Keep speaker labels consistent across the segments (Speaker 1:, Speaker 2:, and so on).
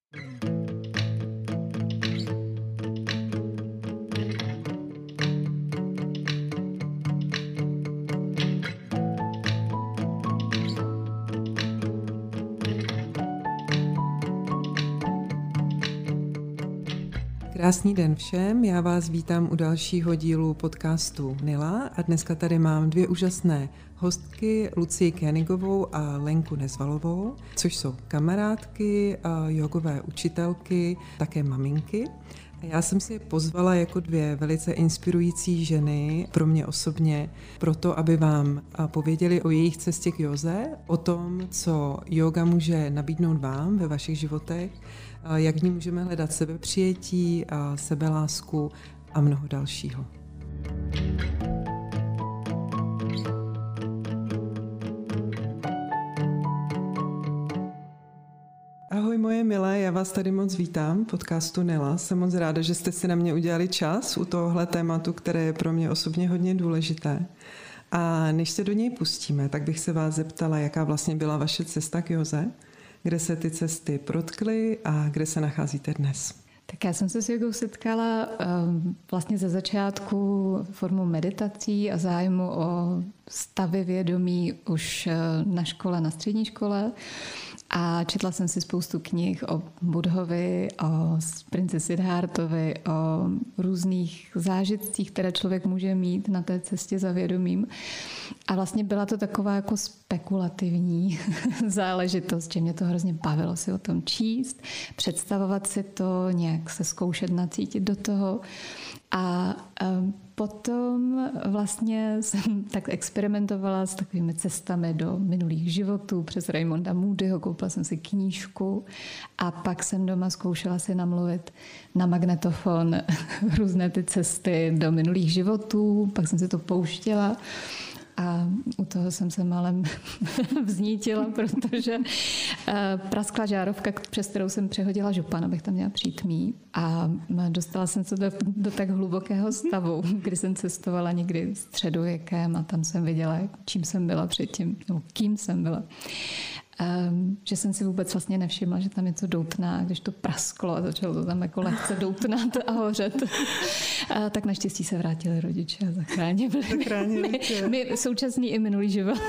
Speaker 1: Krásný den všem, já vás vítám u dalšího dílu podcastu Nila a dneska tady mám dvě úžasné hostky, Lucii Koenigovou a Lenku Nezvalovou, což jsou kamarádky, jogové učitelky, také maminky. Já jsem si je pozvala jako dvě velice inspirující ženy pro mě osobně, proto aby vám pověděli o jejich cestě k józe, o tom, co jóga může nabídnout vám ve vašich životech, jak v ní můžeme hledat sebepřijetí, sebelásku a mnoho dalšího. Ahoj moje milé, já vás tady moc vítám v podcastu Nila. Jsem moc ráda, že jste si na mě udělali čas u tohohle tématu, které je pro mě osobně hodně důležité. A než se do něj pustíme, tak bych se vás zeptala, jaká vlastně byla vaše cesta k józe, kde se ty cesty protkly a kde se nacházíte dnes.
Speaker 2: Tak já jsem se s jogou setkala vlastně ze začátku formou meditací a zájmu o stavy vědomí už na škole, na střední škole. A četla jsem si spoustu knih o Buddhovi, o princi Siddhártovi, o různých zážitcích, které člověk může mít na té cestě za vědomím. A vlastně byla to taková jako spekulativní záležitost, že mě to hrozně bavilo si o tom číst, představovat si to, nějak se zkoušet nacítit do toho. A potom vlastně jsem tak experimentovala s takovými cestami do minulých životů přes Raymonda Moodyho, koupila jsem si knížku a pak jsem doma zkoušela si namluvit na magnetofon různé ty cesty do minulých životů, pak jsem si to pouštěla. A u toho jsem se málem vznítila, protože praskla žárovka, přes kterou jsem přehodila župan, abych tam měla přítmí. A dostala jsem se do tak hlubokého stavu, kdy jsem cestovala někdy středověkem a tam jsem viděla, čím jsem byla předtím, nebo kým jsem byla. Že jsem si vůbec vlastně nevšimla, že tam něco doutná, když to prasklo a začalo to tam jako lehce doutnat a hořet. Tak naštěstí se vrátili rodiče a zachránili my současný i minulý život.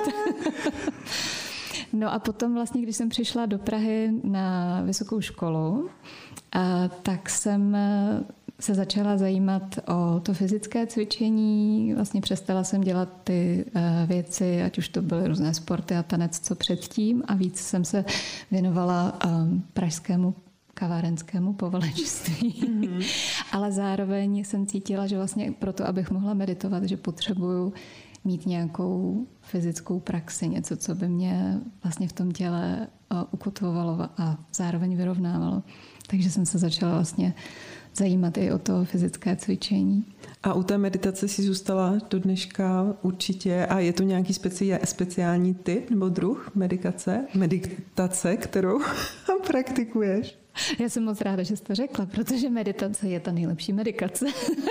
Speaker 2: No a potom vlastně, když jsem přišla do Prahy na vysokou školu, tak jsem se začala zajímat o to fyzické cvičení. Vlastně přestala jsem dělat ty věci, ať už to byly různé sporty a tanec, co předtím. A víc jsem se věnovala pražskému kavárenskému povalečství. Mm-hmm. Ale zároveň jsem cítila, že vlastně proto, abych mohla meditovat, že potřebuju mít nějakou fyzickou praxi, něco, co by mě vlastně v tom těle ukotvovalo a zároveň vyrovnávalo. Takže jsem se začala vlastně zajímat i o to fyzické cvičení.
Speaker 1: A u té meditace si zůstala do dneška určitě a je to nějaký speciální typ nebo druh meditace, kterou praktikuješ?
Speaker 2: Já jsem moc ráda, že jsi to řekla, protože meditace je ta nejlepší medikace.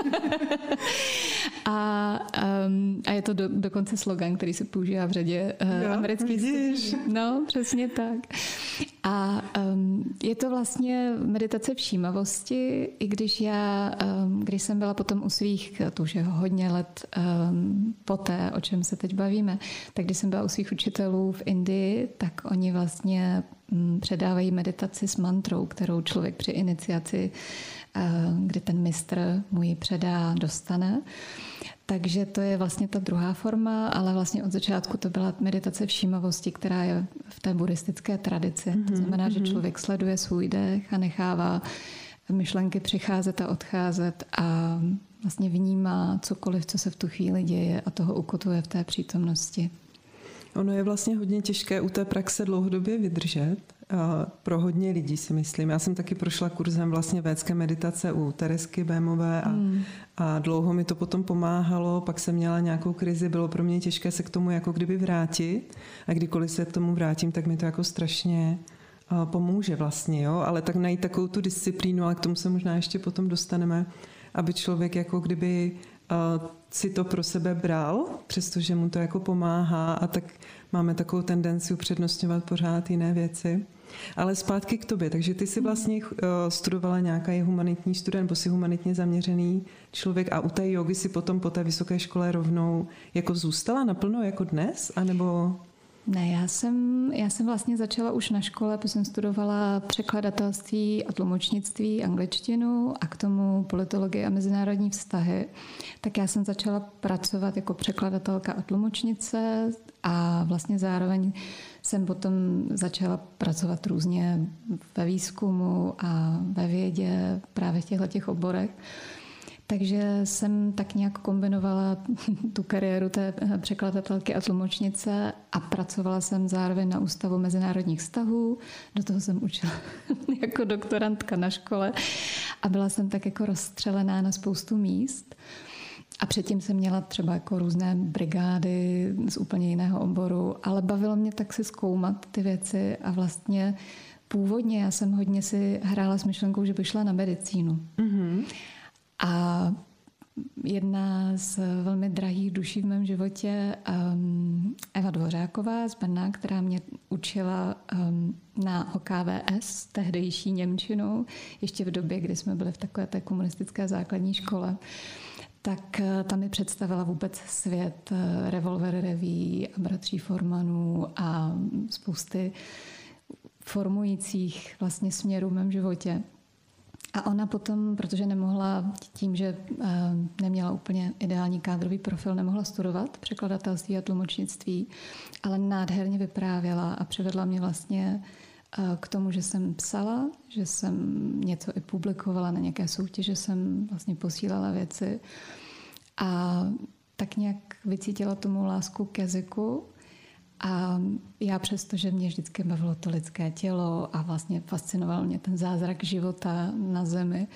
Speaker 2: A je to dokonce slogan, který se používá v řadě amerických studií. No, přesně tak. A je to vlastně meditace všímavosti, i když když jsem byla potom u svých, to už je hodně let poté, o čem se teď bavíme, tak když jsem byla u svých učitelů v Indii, tak oni vlastně předávají meditaci s mantrou, kterou člověk při iniciaci, kdy ten mistr mu ji předá, dostane. Takže to je vlastně ta druhá forma, ale vlastně od začátku to byla meditace všímavosti, která je v té buddhistické tradici. To znamená, že člověk sleduje svůj dech a nechává myšlenky přicházet a odcházet a vlastně vnímá cokoliv, co se v tu chvíli děje a toho ukotvuje v té přítomnosti.
Speaker 1: Ono je vlastně hodně těžké u té praxe dlouhodobě vydržet. Pro hodně lidí si myslím. Já jsem taky prošla kurzem vlastně védské meditace u Teresky Bémové a dlouho mi to potom pomáhalo, pak jsem měla nějakou krizi, bylo pro mě těžké se k tomu jako kdyby vrátit a kdykoliv se k tomu vrátím, tak mi to jako strašně pomůže vlastně, jo? Ale tak najít takovou tu disciplínu, ale k tomu se možná ještě potom dostaneme, aby člověk jako kdyby si to pro sebe bral, přestože mu to jako pomáhá a tak máme takovou tendenci upřednostňovat pořád jiné věci. Ale zpátky k tobě, takže ty jsi vlastně studovala nějaký humanitní student, nebo jsi humanitně zaměřený člověk a u té jogy si potom po té vysoké škole rovnou jako zůstala naplno jako dnes, anebo...
Speaker 2: Ne, já jsem vlastně začala už na škole, protože jsem studovala překladatelství a tlumočnictví, angličtinu a k tomu politologii a mezinárodní vztahy. Tak já jsem začala pracovat jako překladatelka a tlumočnice a vlastně zároveň jsem potom začala pracovat různě ve výzkumu a ve vědě právě v těchto oborech. Takže jsem tak nějak kombinovala tu kariéru té překladatelky a tlumočnice a pracovala jsem zároveň na Ústavu mezinárodních vztahů. Do toho jsem učila jako doktorantka na škole a byla jsem tak jako rozstřelená na spoustu míst. A předtím jsem měla třeba jako různé brigády z úplně jiného oboru, ale bavilo mě tak si zkoumat ty věci a vlastně původně já jsem hodně si hrála s myšlenkou, že by šla na medicínu. Mm-hmm. A jedna z velmi drahých duší v mém životě, Eva Dvořáková z Brna, která mě učila na OKVS, tehdejší němčinou, ještě v době, kdy jsme byli v takové té komunistické základní škole, tak tam mi představila vůbec svět Revolver reví a bratří Formanů a spousty formujících vlastně směrů v mém životě. A ona potom, protože nemohla tím, že neměla úplně ideální kádrový profil, nemohla studovat překladatelství a tlumočnictví, ale nádherně vyprávěla a přivedla mě vlastně k tomu, že jsem psala, že jsem něco i publikovala na nějaké soutěže, jsem vlastně posílala věci a tak nějak vycítila tomu lásku k jazyku. A já přesto, že mě vždycky bavilo to lidské tělo a vlastně fascinoval mě ten zázrak života na zemi,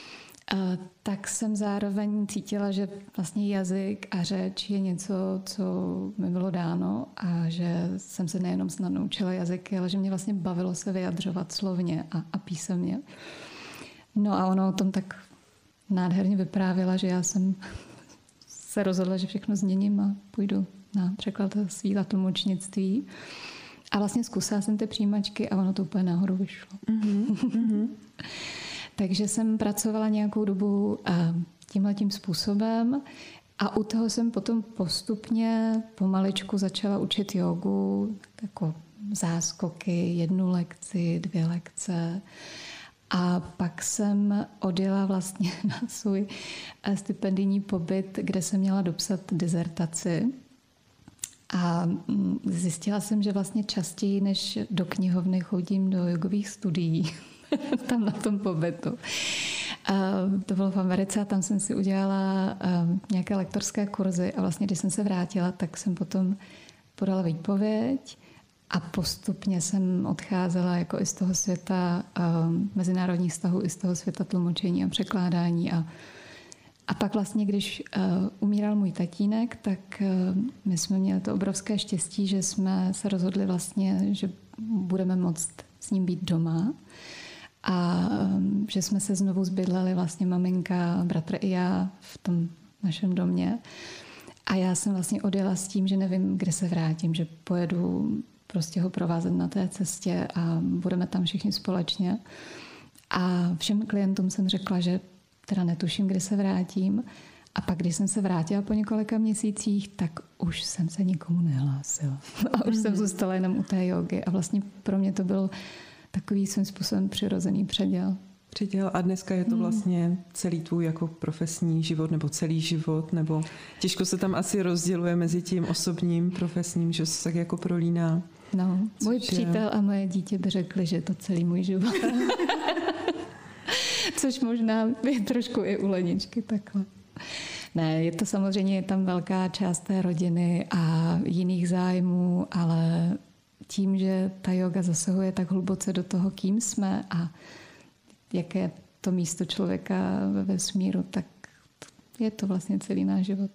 Speaker 2: tak jsem zároveň cítila, že vlastně jazyk a řeč je něco, co mi bylo dáno a že jsem se nejenom snad naučila jazyky, ale že mě vlastně bavilo se vyjadřovat slovně a písemně. No a ona o tom tak nádherně vyprávěla, že já jsem se rozhodla, že všechno změním a půjdu na překladatelství a tlumočnictví. A vlastně zkusila jsem ty přijímačky a ono to úplně náhodou vyšlo. Mm-hmm. Takže jsem pracovala nějakou dobu tímhletím způsobem a u toho jsem potom postupně pomaličku začala učit jogu, jako záskoky, 1 lekci, 2 lekce. A pak jsem odjela vlastně na svůj stipendijní pobyt, kde jsem měla dopsat dizertaci. A zjistila jsem, že vlastně častěji než do knihovny chodím do jogových studií, tam na tom pobytu. A to bylo v Americe a tam jsem si udělala nějaké lektorské kurzy a vlastně, když jsem se vrátila, tak jsem potom podala výpověď a postupně jsem odcházela jako i z toho světa mezinárodních vztahů, i z toho světa tlumočení a překládání a pak vlastně, když umíral můj tatínek, tak my jsme měli to obrovské štěstí, že jsme se rozhodli vlastně, že budeme moct s ním být doma a že jsme se znovu zbydleli vlastně maminka, bratr i já v tom našem domě. A já jsem vlastně odjela s tím, že nevím, kde se vrátím, že pojedu prostě ho provázet na té cestě a budeme tam všichni společně. A všem klientům jsem řekla, že teda netuším, kdy se vrátím. A pak, když jsem se vrátila po několika měsících, tak už jsem se nikomu nehlásila. A už jsem zůstala jenom u té jogy. A vlastně pro mě to byl takový svým způsobem přirozený předěl.
Speaker 1: A dneska je to vlastně celý tvůj jako profesní život nebo celý život, nebo těžko se tam asi rozděluje mezi tím osobním, profesním, že se tak jako prolíná.
Speaker 2: No, můj přítel a moje dítě by řekli, že je to celý můj život. Což možná je trošku i u Leničky takhle. Ne, je to samozřejmě, je tam velká část té rodiny a jiných zájmů, ale tím, že ta yoga zasahuje tak hluboce do toho, kým jsme a jaké je to místo člověka ve vesmíru, tak je to vlastně celý náš život.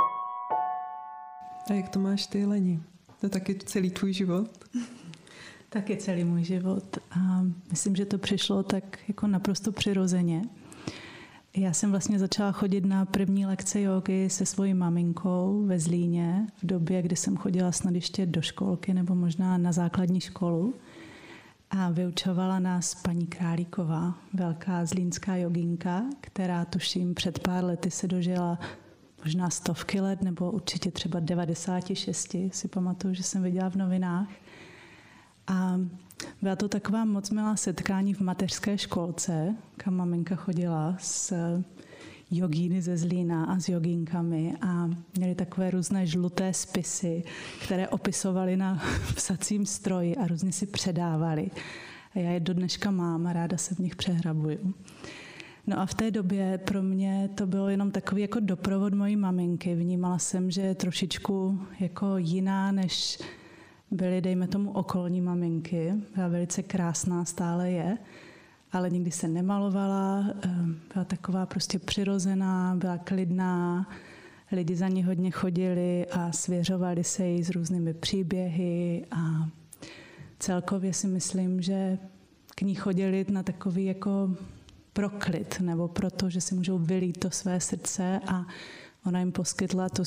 Speaker 1: A jak to máš ty, Leni? To je taky celý tvůj život?
Speaker 3: Taky celý můj život. A myslím, že to přišlo tak jako naprosto přirozeně. Já jsem vlastně začala chodit na první lekce jógy se svojí maminkou ve Zlíně v době, kdy jsem chodila snad ještě do školky nebo možná na základní školu. A vyučovala nás paní Králíková, velká zlínská joginka, která tuším před pár lety se dožila možná 100 let nebo určitě třeba 96, si pamatuju, že jsem viděla v novinách. A byla to taková moc milá setkání v mateřské školce, kam maminka chodila s jogíny ze Zlína a s joginkami a měli takové různé žluté spisy, které opisovali na psacím stroji a různě si předávali. A já je do dneška mám a ráda se v nich přehrabuju. No a v té době pro mě to bylo jenom takový jako doprovod mojí maminky. Vnímala jsem, že je trošičku jako jiná, než byly, dejme tomu, okolní maminky. Byla velice krásná, stále je, ale nikdy se nemalovala, byla taková prostě přirozená, byla klidná, lidi za ní hodně chodili a svěřovali se jí s různými příběhy a celkově si myslím, že k ní chodili na takový jako proklid, nebo proto, že si můžou vylít to své srdce a ona jim poskytla tu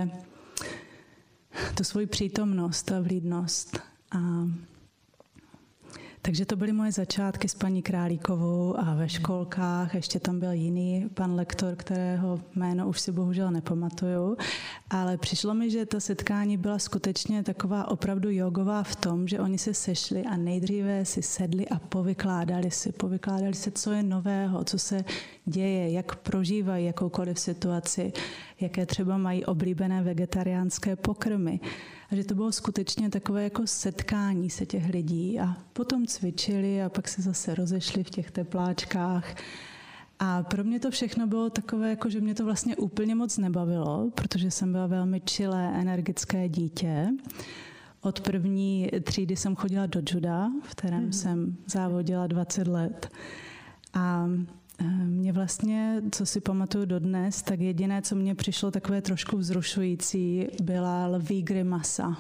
Speaker 3: svoji přítomnost a vlídnost. Takže to byly moje začátky s paní Králíkovou a ve školkách. Ještě tam byl jiný pan lektor, kterého jméno už si bohužel nepamatuju. Ale přišlo mi, že ta setkání byla skutečně taková opravdu jogová v tom, že oni se sešli a nejdříve si sedli a povykládali si, co je nového, co se děje, jak prožívají jakoukoliv situaci, jaké třeba mají oblíbené vegetariánské pokrmy. A že to bylo skutečně takové jako setkání se těch lidí a potom cvičili a pak se zase rozešli v těch tepláčkách. A pro mě to všechno bylo takové, jako že mě to vlastně úplně moc nebavilo, protože jsem byla velmi čilé, energické dítě. Od první třídy jsem chodila do juda, v kterém jsem závodila 20 let. A mě vlastně, co si pamatuju dodnes, tak jediné, co mně přišlo takové trošku vzrušující, byla lví grimasa.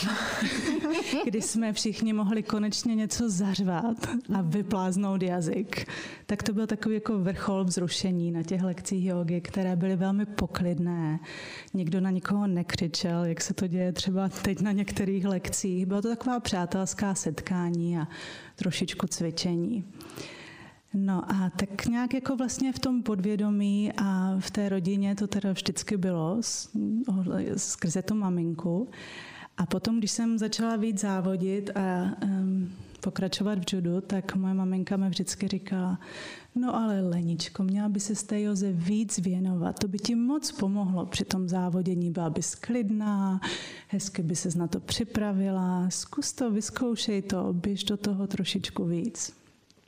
Speaker 3: Kdy jsme všichni mohli konečně něco zařvat a vypláznout jazyk. Tak to byl takový jako vrchol vzrušení na těch lekcích jógy, které byly velmi poklidné. Nikdo na nikoho nekřičel, jak se to děje třeba teď na některých lekcích. Byla to taková přátelská setkání a trošičku cvičení. No a tak nějak jako vlastně v tom podvědomí a v té rodině to teda vždycky bylo skrze tu maminku. A potom, když jsem začala víc závodit a pokračovat v judu, tak moje maminka mi vždycky říkala, no ale Leničko, měla by se z té józe víc věnovat, to by ti moc pomohlo při tom závodění, byla bys klidná, hezky by ses na to připravila, zkus to, vyzkoušej to, běž do toho trošičku víc.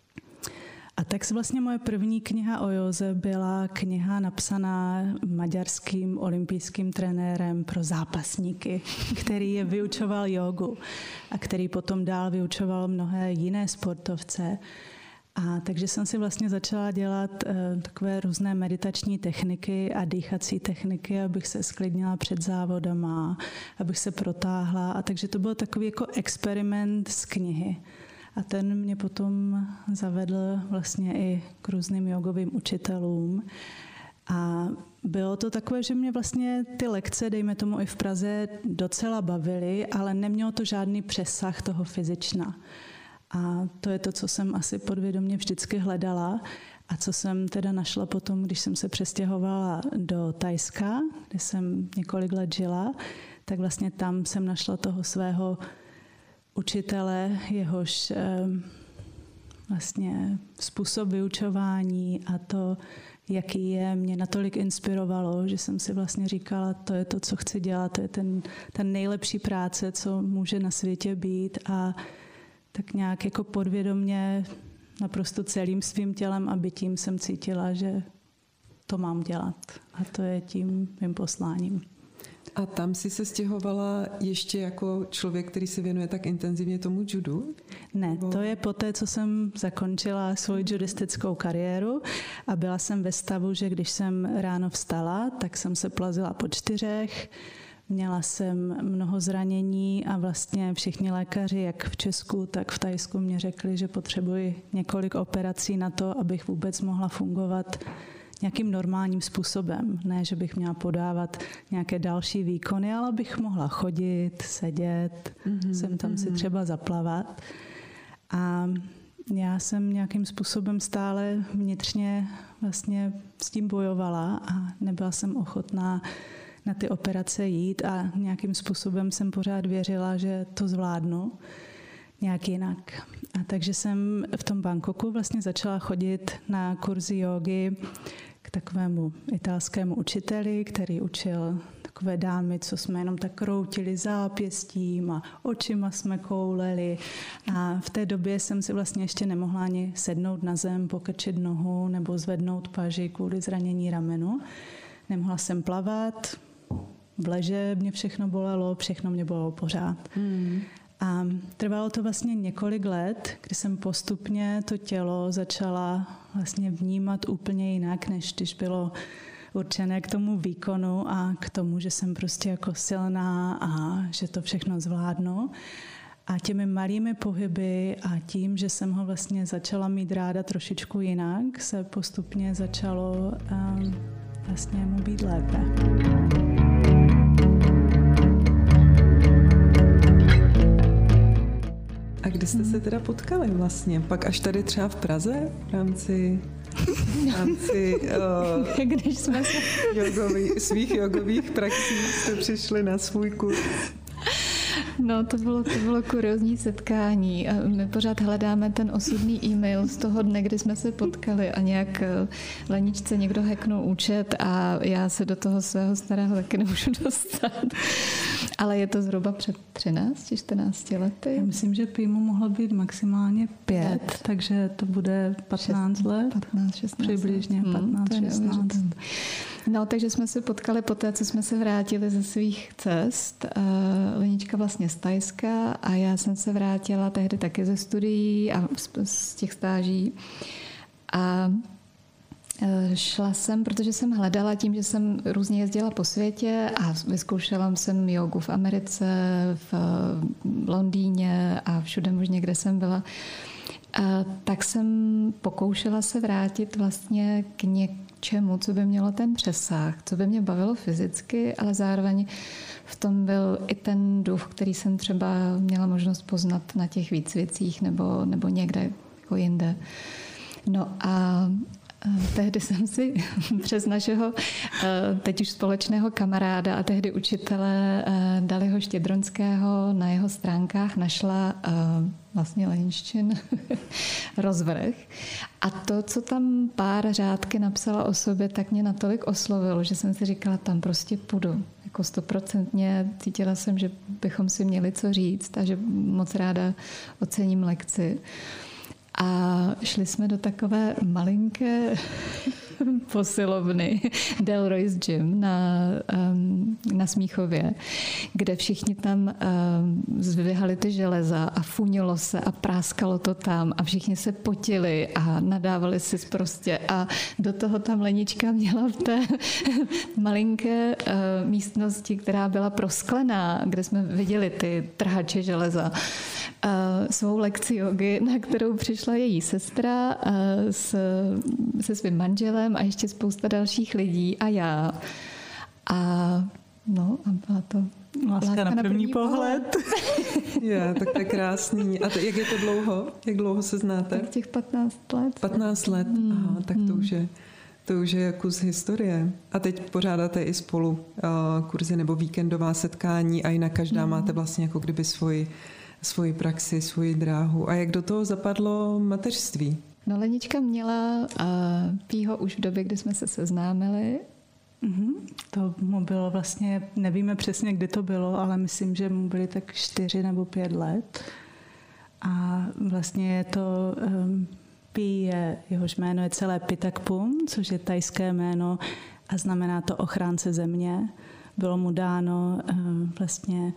Speaker 3: A tak se vlastně moje první kniha o józe byla kniha napsaná maďarským olympijským trenérem pro zápasníky, který je vyučoval jógu a který potom dál vyučoval mnohé jiné sportovce. A takže jsem si vlastně začala dělat takové různé meditační techniky a dýchací techniky, abych se sklidnila před závodama, abych se protáhla. A takže to byl takový jako experiment z knihy. A ten mě potom zavedl vlastně i k různým jogovým učitelům. A bylo to takové, že mě vlastně ty lekce, dejme tomu i v Praze, docela bavily, ale nemělo to žádný přesah toho fyzična. A to je to, co jsem asi podvědomě vždycky hledala a co jsem teda našla potom, když jsem se přestěhovala do Thajska, kde jsem několik let žila, tak vlastně tam jsem našla toho svého učitele, jehož vlastně způsob vyučování a to, jaký je, mě natolik inspirovalo, že jsem si vlastně říkala, to je to, co chci dělat, to je ta nejlepší práce, co může na světě být a tak nějak jako podvědomě naprosto celým svým tělem a bytím jsem cítila, že to mám dělat a to je tím mým posláním.
Speaker 1: A tam si se stěhovala ještě jako člověk, který se věnuje tak intenzivně tomu judu?
Speaker 3: Ne, to je poté, co jsem zakončila svoji judistickou kariéru a byla jsem ve stavu, že když jsem ráno vstala, tak jsem se plazila po 4, Měla jsem mnoho zranění a vlastně všichni lékaři, jak v Česku, tak v Thajsku, mě řekli, že potřebuji několik operací na to, abych vůbec mohla fungovat nějakým normálním způsobem. Ne, že bych měla podávat nějaké další výkony, ale bych mohla chodit, sedět, sem tam si třeba zaplavat. A já jsem nějakým způsobem stále vnitřně vlastně s tím bojovala a nebyla jsem ochotná na ty operace jít a nějakým způsobem jsem pořád věřila, že to zvládnu nějak jinak. A takže jsem v tom Bangkoku vlastně začala chodit na kurzy jógy k takovému italskému učiteli, který učil takové dámy, co jsme jenom tak kroutili zápěstím a očima jsme kouleli. A v té době jsem si vlastně ještě nemohla ani sednout na zem, pokrčit nohu nebo zvednout paži kvůli zranění ramenu. Nemohla jsem plavat, v leže mě všechno bolelo, všechno mě bolelo pořád. A trvalo to vlastně několik let, kdy jsem postupně to tělo začala vlastně vnímat úplně jinak, než když bylo určené k tomu výkonu a k tomu, že jsem prostě jako silná a že to všechno zvládnu. A těmi malými pohyby a tím, že jsem ho vlastně začala mít ráda trošičku jinak, se postupně začalo vlastně mu být lépe.
Speaker 1: A kdy jste se teda potkali vlastně? Pak až tady třeba v Praze v rámci
Speaker 2: když jsme se...
Speaker 1: svých jogových praxí jste přišli na svůj kurz?
Speaker 2: No, to bylo kuriózní setkání. My pořád hledáme ten osudný e-mail z toho dne, kdy jsme se potkali a nějak Leničce někdo hacknul účet a já se do toho svého starého taky nemůžu dostat. Ale je to zhruba před 13-14 lety.
Speaker 3: Já myslím, že Pímu mohlo být maximálně 5, takže to bude 15 let.
Speaker 2: 15-16.
Speaker 3: Přibližně 15-16.
Speaker 2: No, takže jsme se potkali poté, co jsme se vrátili ze svých cest. Lenička vlastně z Thajska a já jsem se vrátila tehdy taky ze studií a z těch stáží. A šla jsem, protože jsem hledala tím, že jsem různě jezdila po světě a vyzkoušela jsem jogu v Americe, v Londýně a všude možně, kde jsem byla. Tak jsem pokoušela se vrátit vlastně k něčemu, co by mělo ten přesah, co by mě bavilo fyzicky, ale zároveň v tom byl i ten duch, který jsem třeba měla možnost poznat na těch výcvicích nebo někde jako jinde. No a tehdy jsem si přes našeho teď už společného kamaráda a tehdy učitele Daliho Štědronského na jeho stránkách našla vlastně Leniččin rozvrh. A to, co tam pár řádky napsala o sobě, tak mě natolik oslovilo, že jsem si říkala, tam prostě půjdu. Jako 100% cítila jsem, že bychom si měli co říct a že moc ráda ocením lekci. A šli jsme do takové malinké posilovny Delroy's Gym na Smíchově, kde všichni tam zdvihali ty železa a funilo se a práskalo to tam a všichni se potili a nadávali si prostě a do toho tam Lenička měla v té malinké místnosti, která byla prosklená, kde jsme viděli ty trhače železa, svou lekci jogy, na kterou přišla její sestra se svým manželem a ještě spousta dalších lidí a já. A byla to
Speaker 3: láska na první pohled.
Speaker 1: Tak to je krásný. A jak je to dlouho? Jak dlouho se znáte?
Speaker 2: Tak těch 15 let.
Speaker 1: 15 let? Aha, tak to už je kus historie. A teď pořádáte i spolu kurzy nebo víkendová setkání a jinak každá máte vlastně jako kdyby svoji praxi, svoji dráhu. A jak do toho zapadlo mateřství?
Speaker 2: No, Lenička měla Pího už v době, kdy jsme se seznámili.
Speaker 3: To mu bylo vlastně, nevíme přesně, kdy to bylo, ale myslím, že mu byly tak 4 nebo 5 let. A vlastně je to, Pí jehož jméno je celé Pitakpum, což je thajské jméno a znamená to ochránce země. Bylo mu dáno vlastně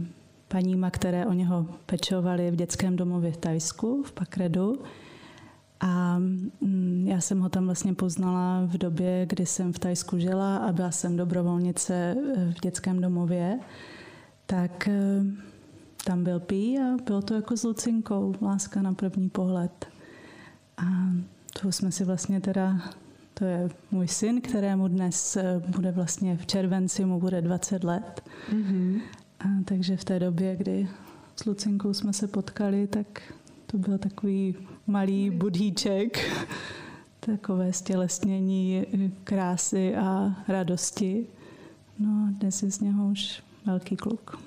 Speaker 3: paníma, které o něho pečovaly v dětském domově v Thajsku, v Pakredu. A já jsem ho tam vlastně poznala v době, kdy jsem v Thajsku žila a byla jsem dobrovolnice v dětském domově. Tak tam byl Pí a bylo to jako s Lucinkou, láska na první pohled. A toho jsme si vlastně teda, to je můj syn, kterému dnes bude vlastně v červenci, mu bude 20 let. Mm-hmm. A takže v té době, kdy s Lucinkou jsme se potkali, tak to byl takový malý budíček, takové stělesnění krásy a radosti. No, dnes je z něho už velký kluk.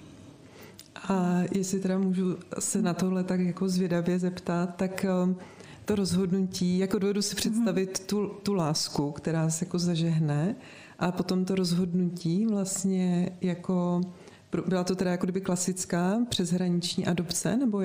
Speaker 1: A jestli teda můžu se na tohle tak jako zvědavě zeptat, tak to rozhodnutí, jako dovedu si představit tu lásku, která se jako zažehne, a potom to rozhodnutí vlastně jako, byla to teda jako kdyby klasická přeshraniční adopce, nebo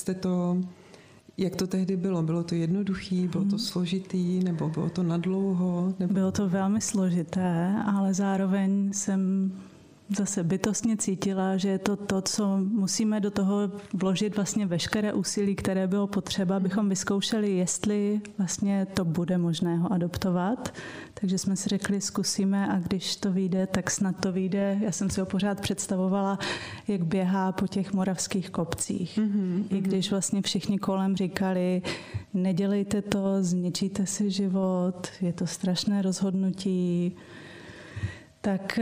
Speaker 1: jak to tehdy bylo? Bylo to jednoduchý, bylo to složitý, nebo bylo to nadlouho? Nebo...
Speaker 3: Bylo to velmi složité, ale zároveň jsem zase bytostně cítila, že je to, co musíme do toho vložit vlastně veškeré úsilí, které bylo potřeba, abychom vyzkoušeli, jestli vlastně to bude možné ho adoptovat. Takže jsme si řekli, zkusíme, a když to vyjde, tak snad to vyjde. Já jsem si ho pořád představovala, jak běhá po těch moravských kopcích. I když vlastně všichni kolem říkali, nedělejte to, zničíte si život, je to strašné rozhodnutí. Tak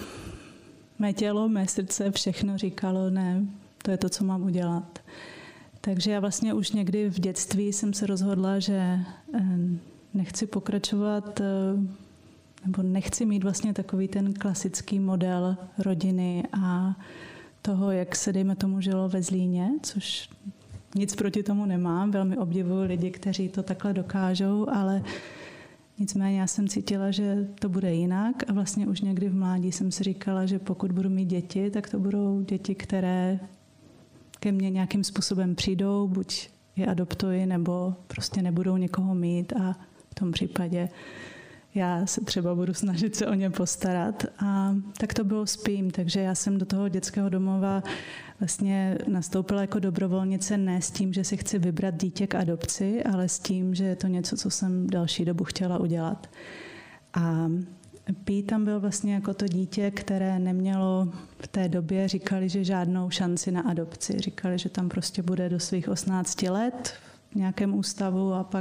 Speaker 3: mé tělo, mé srdce, všechno říkalo, ne, to je to, co mám udělat. Takže já vlastně už někdy v dětství jsem se rozhodla, že nechci pokračovat, nebo nechci mít vlastně takový ten klasický model rodiny a toho, jak se, dejme tomu, žilo ve Zlíně, což nic proti tomu nemám. Velmi obdivuju lidi, kteří to takhle dokážou, ale nicméně já jsem cítila, že to bude jinak, a vlastně už někdy v mládí jsem si říkala, že pokud budu mít děti, tak to budou děti, které ke mně nějakým způsobem přijdou, buď je adoptuji, nebo prostě nebudou někoho mít, a v tom případě já se třeba budu snažit se o ně postarat. A tak to bylo s Pím, takže já jsem do toho dětského domova vlastně nastoupila jako dobrovolnice ne s tím, že si chci vybrat dítě k adopci, ale s tím, že je to něco, co jsem další dobu chtěla udělat. A Pí tam byl vlastně jako to dítě, které nemělo v té době, říkali, že žádnou šanci na adopci. Říkali, že tam prostě bude do svých 18 let v nějakém ústavu a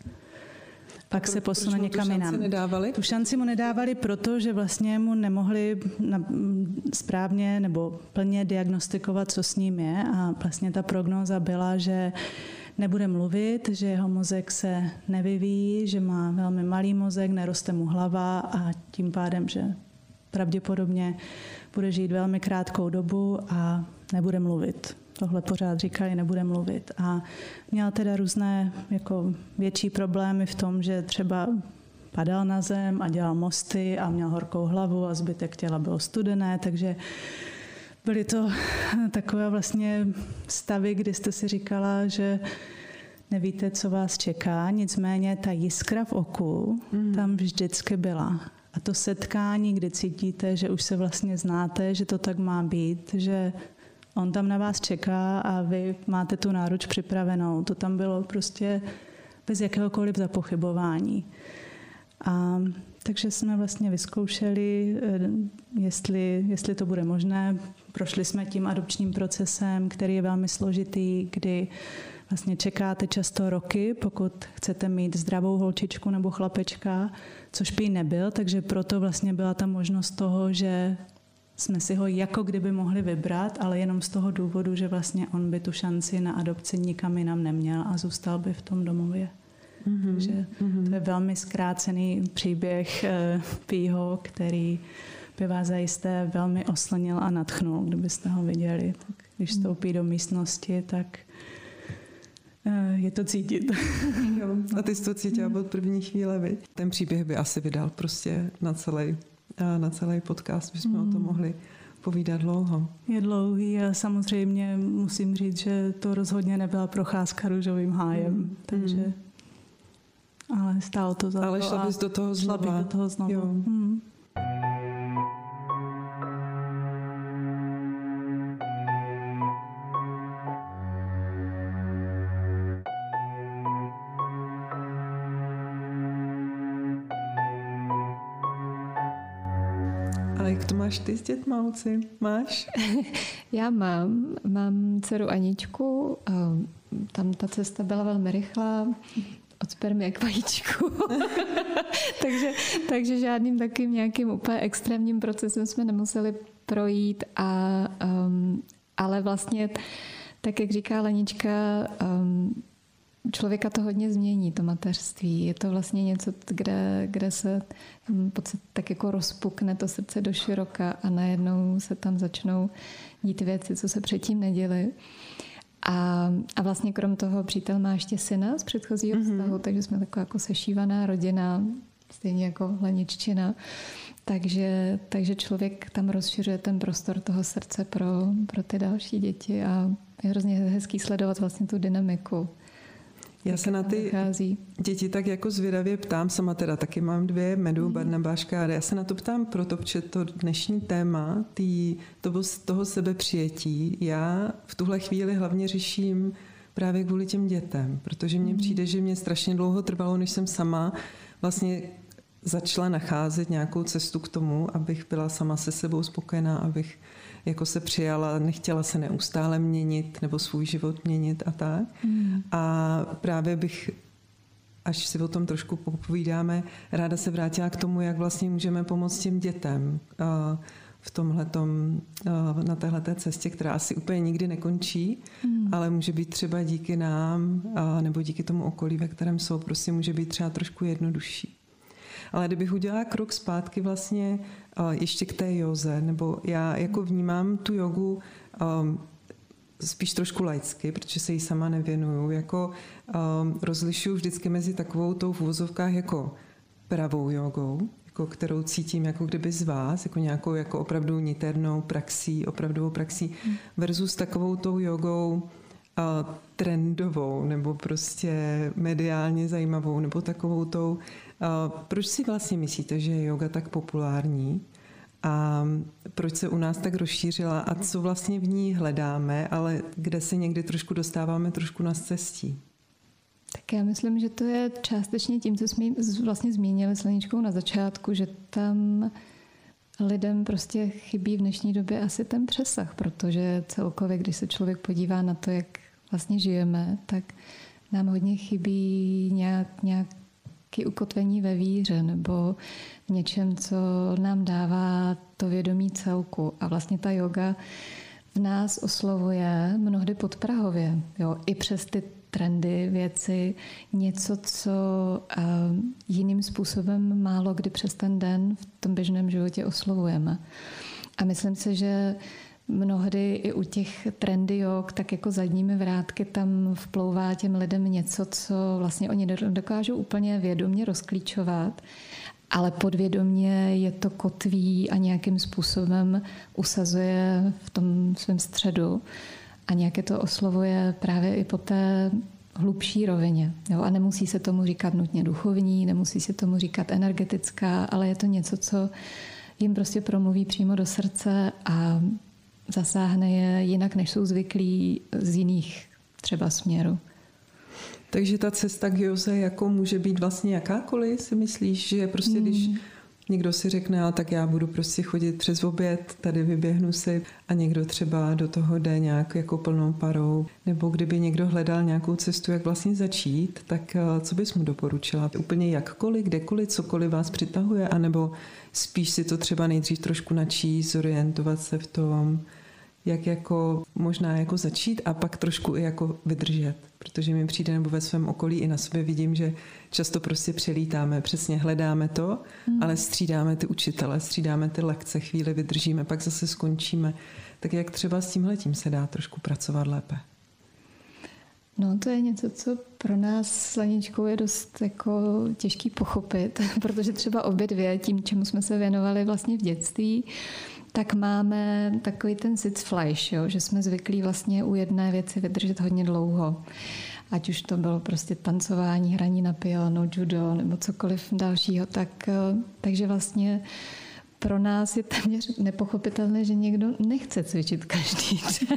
Speaker 3: pak se posune někam jinam. Tu šanci mu nedávali, protože vlastně mu nemohli správně nebo plně diagnostikovat, co s ním je, a vlastně ta prognóza byla, že nebude mluvit, že jeho mozek se nevyvíjí, že má velmi malý mozek, neroste mu hlava a tím pádem, že pravděpodobně bude žít velmi krátkou dobu a nebude mluvit. Tohle pořád říkali, nebude mluvit. A měl teda různé jako větší problémy v tom, že třeba padal na zem a dělal mosty a měl horkou hlavu a zbytek těla bylo studené, takže byly to takové vlastně stavy, kdy jste si říkala, že nevíte, co vás čeká, nicméně ta jiskra v oku tam vždycky byla. A to setkání, kdy cítíte, že už se vlastně znáte, že to tak má být, že on tam na vás čeká a vy máte tu náruč připravenou. To tam bylo prostě bez jakéhokoliv zapochybování. A takže jsme vlastně vyzkoušeli, jestli to bude možné. Prošli jsme tím adopčním procesem, který je velmi složitý, kdy vlastně čekáte často roky, pokud chcete mít zdravou holčičku nebo chlapečka, což Pí nebyl, takže proto vlastně byla ta možnost toho, že jsme si ho jako kdyby mohli vybrat, ale jenom z toho důvodu, že vlastně on by tu šanci na adopci nikam jinam neměl a zůstal by v tom domově. Takže to je velmi zkrácený příběh Pího, který by vás zajisté velmi oslnil a nadchnul, kdybyste ho viděli. Tak když vstoupí do místnosti, tak je to cítit.
Speaker 1: Jo, a ty jsi to cítila od první chvíle, viď? Ten příběh by asi vydal prostě na celý podcast, bychom o tom mohli povídat dlouho.
Speaker 3: Je dlouhý a samozřejmě musím říct, že to rozhodně nebyla procházka růžovým hájem, takže ale stálo to za to.
Speaker 1: Ale šla bys do toho znova.
Speaker 3: Šla bych do toho znova.
Speaker 1: Jo. jak to máš ty s dětma, Luci? Máš?
Speaker 2: Já mám dceru Aničku, tam ta cesta byla velmi rychlá, od spermy k vajíčku. takže žádným takým nějakým úplně extrémním procesem jsme nemuseli projít, ale vlastně, tak jak říká Lenička, člověka to hodně změní, to mateřství. Je to vlastně něco, kde se tak jako rozpukne to srdce do široka a najednou se tam začnou dít věci, co se předtím neděly. A vlastně krom toho přítel má ještě syna z předchozího vztahu, takže jsme taková jako sešívaná rodina, stejně jako Leniččina. Takže člověk tam rozšiřuje ten prostor toho srdce pro ty další děti a je hrozně hezký sledovat vlastně tu dynamiku.
Speaker 1: Já se na ty děti tak jako zvědavě ptám, sama teda taky mám 2, Medu, Barnabáška, a já se na to ptám proto, protože to dnešní téma toho sebepřijetí, já v tuhle chvíli hlavně řeším právě kvůli těm dětem, protože mně přijde, že mě strašně dlouho trvalo, než jsem sama vlastně začala nacházet nějakou cestu k tomu, abych byla sama se sebou spokojená, abych jako se přijala, nechtěla se neustále měnit nebo svůj život měnit a tak. A právě bych, až si o tom trošku popovídáme, ráda se vrátila k tomu, jak vlastně můžeme pomoct těm dětem v tomhletom, na téhleté cestě, která asi úplně nikdy nekončí, ale může být třeba díky nám nebo díky tomu okolí, ve kterém jsou, prostě může být třeba trošku jednodušší. Ale kdybych udělala krok zpátky vlastně ještě k té józe, nebo já jako vnímám tu jogu spíš trošku laicky, protože se jí sama nevěnuju, jako rozlišuju vždycky mezi takovou tou v uvozovkách jako pravou jogou, jako kterou cítím jako kdyby z vás, jako nějakou jako opravdu niternou praxí, opravdovou praxí, versus takovou tou jogou trendovou, nebo prostě mediálně zajímavou, nebo takovou tou. Proč si vlastně myslíte, že je yoga tak populární a proč se u nás tak rozšířila a co vlastně v ní hledáme, ale kde se někdy trošku dostáváme trošku na cestí?
Speaker 2: Tak já myslím, že to je částečně tím, co jsme vlastně zmínili s Leničkou na začátku, že tam lidem prostě chybí v dnešní době asi ten přesah, protože celkově, když se člověk podívá na to, jak vlastně žijeme, tak nám hodně chybí nějaké ukotvení ve víře nebo v něčem, co nám dává to vědomí celku. A vlastně ta yoga v nás oslovuje mnohdy podprahově, jo, i přes ty trendy, věci, něco, co jiným způsobem málo kdy přes ten den v tom běžném životě oslovujeme. A myslím si, že mnohdy i u těch trendy jog, tak jako zadními vrátky tam vplouvá těm lidem něco, co vlastně oni dokážou úplně vědomě rozklíčovat, ale podvědomě je to kotví a nějakým způsobem usazuje v tom svém středu a nějaké to oslovuje právě i po té hlubší rovině. Jo? A nemusí se tomu říkat nutně duchovní, nemusí se tomu říkat energetická, ale je to něco, co jim prostě promluví přímo do srdce a zasáhne je jinak, než jsou zvyklí z jiných třeba směrů.
Speaker 1: Takže ta cesta k józe jako může být vlastně jakákoliv, si myslíš, že prostě když někdo si řekne, ale tak já budu prostě chodit přes oběd, tady vyběhnu si a někdo třeba do toho jde nějak jako plnou parou, nebo kdyby někdo hledal nějakou cestu, jak vlastně začít, tak co bys mu doporučila? Úplně jakkoliv, kdekoliv, cokoliv vás přitahuje, anebo spíš si to třeba nejdřív trošku načíst, zorientovat se v tom, jak jako možná jako začít a pak trošku i jako vydržet. Protože mi přijde, nebo ve svém okolí i na sobě vidím, že často prostě přelítáme, přesně hledáme to, ale střídáme ty učitele, střídáme ty lekce, chvíli vydržíme, pak zase skončíme. Tak jak třeba s tímhletím se dá trošku pracovat lépe?
Speaker 2: No to je něco, co pro nás s Leničkou je dost jako těžký pochopit, protože třeba obě dvě, tím, čemu jsme se věnovali vlastně v dětství, tak máme takový ten Sitzfleisch, jo, že jsme zvyklí vlastně u jedné věci vydržet hodně dlouho. Ať už to bylo prostě tancování, hraní na piano, judo nebo cokoliv dalšího. Takže vlastně pro nás je téměř nepochopitelné, že někdo nechce cvičit každý den.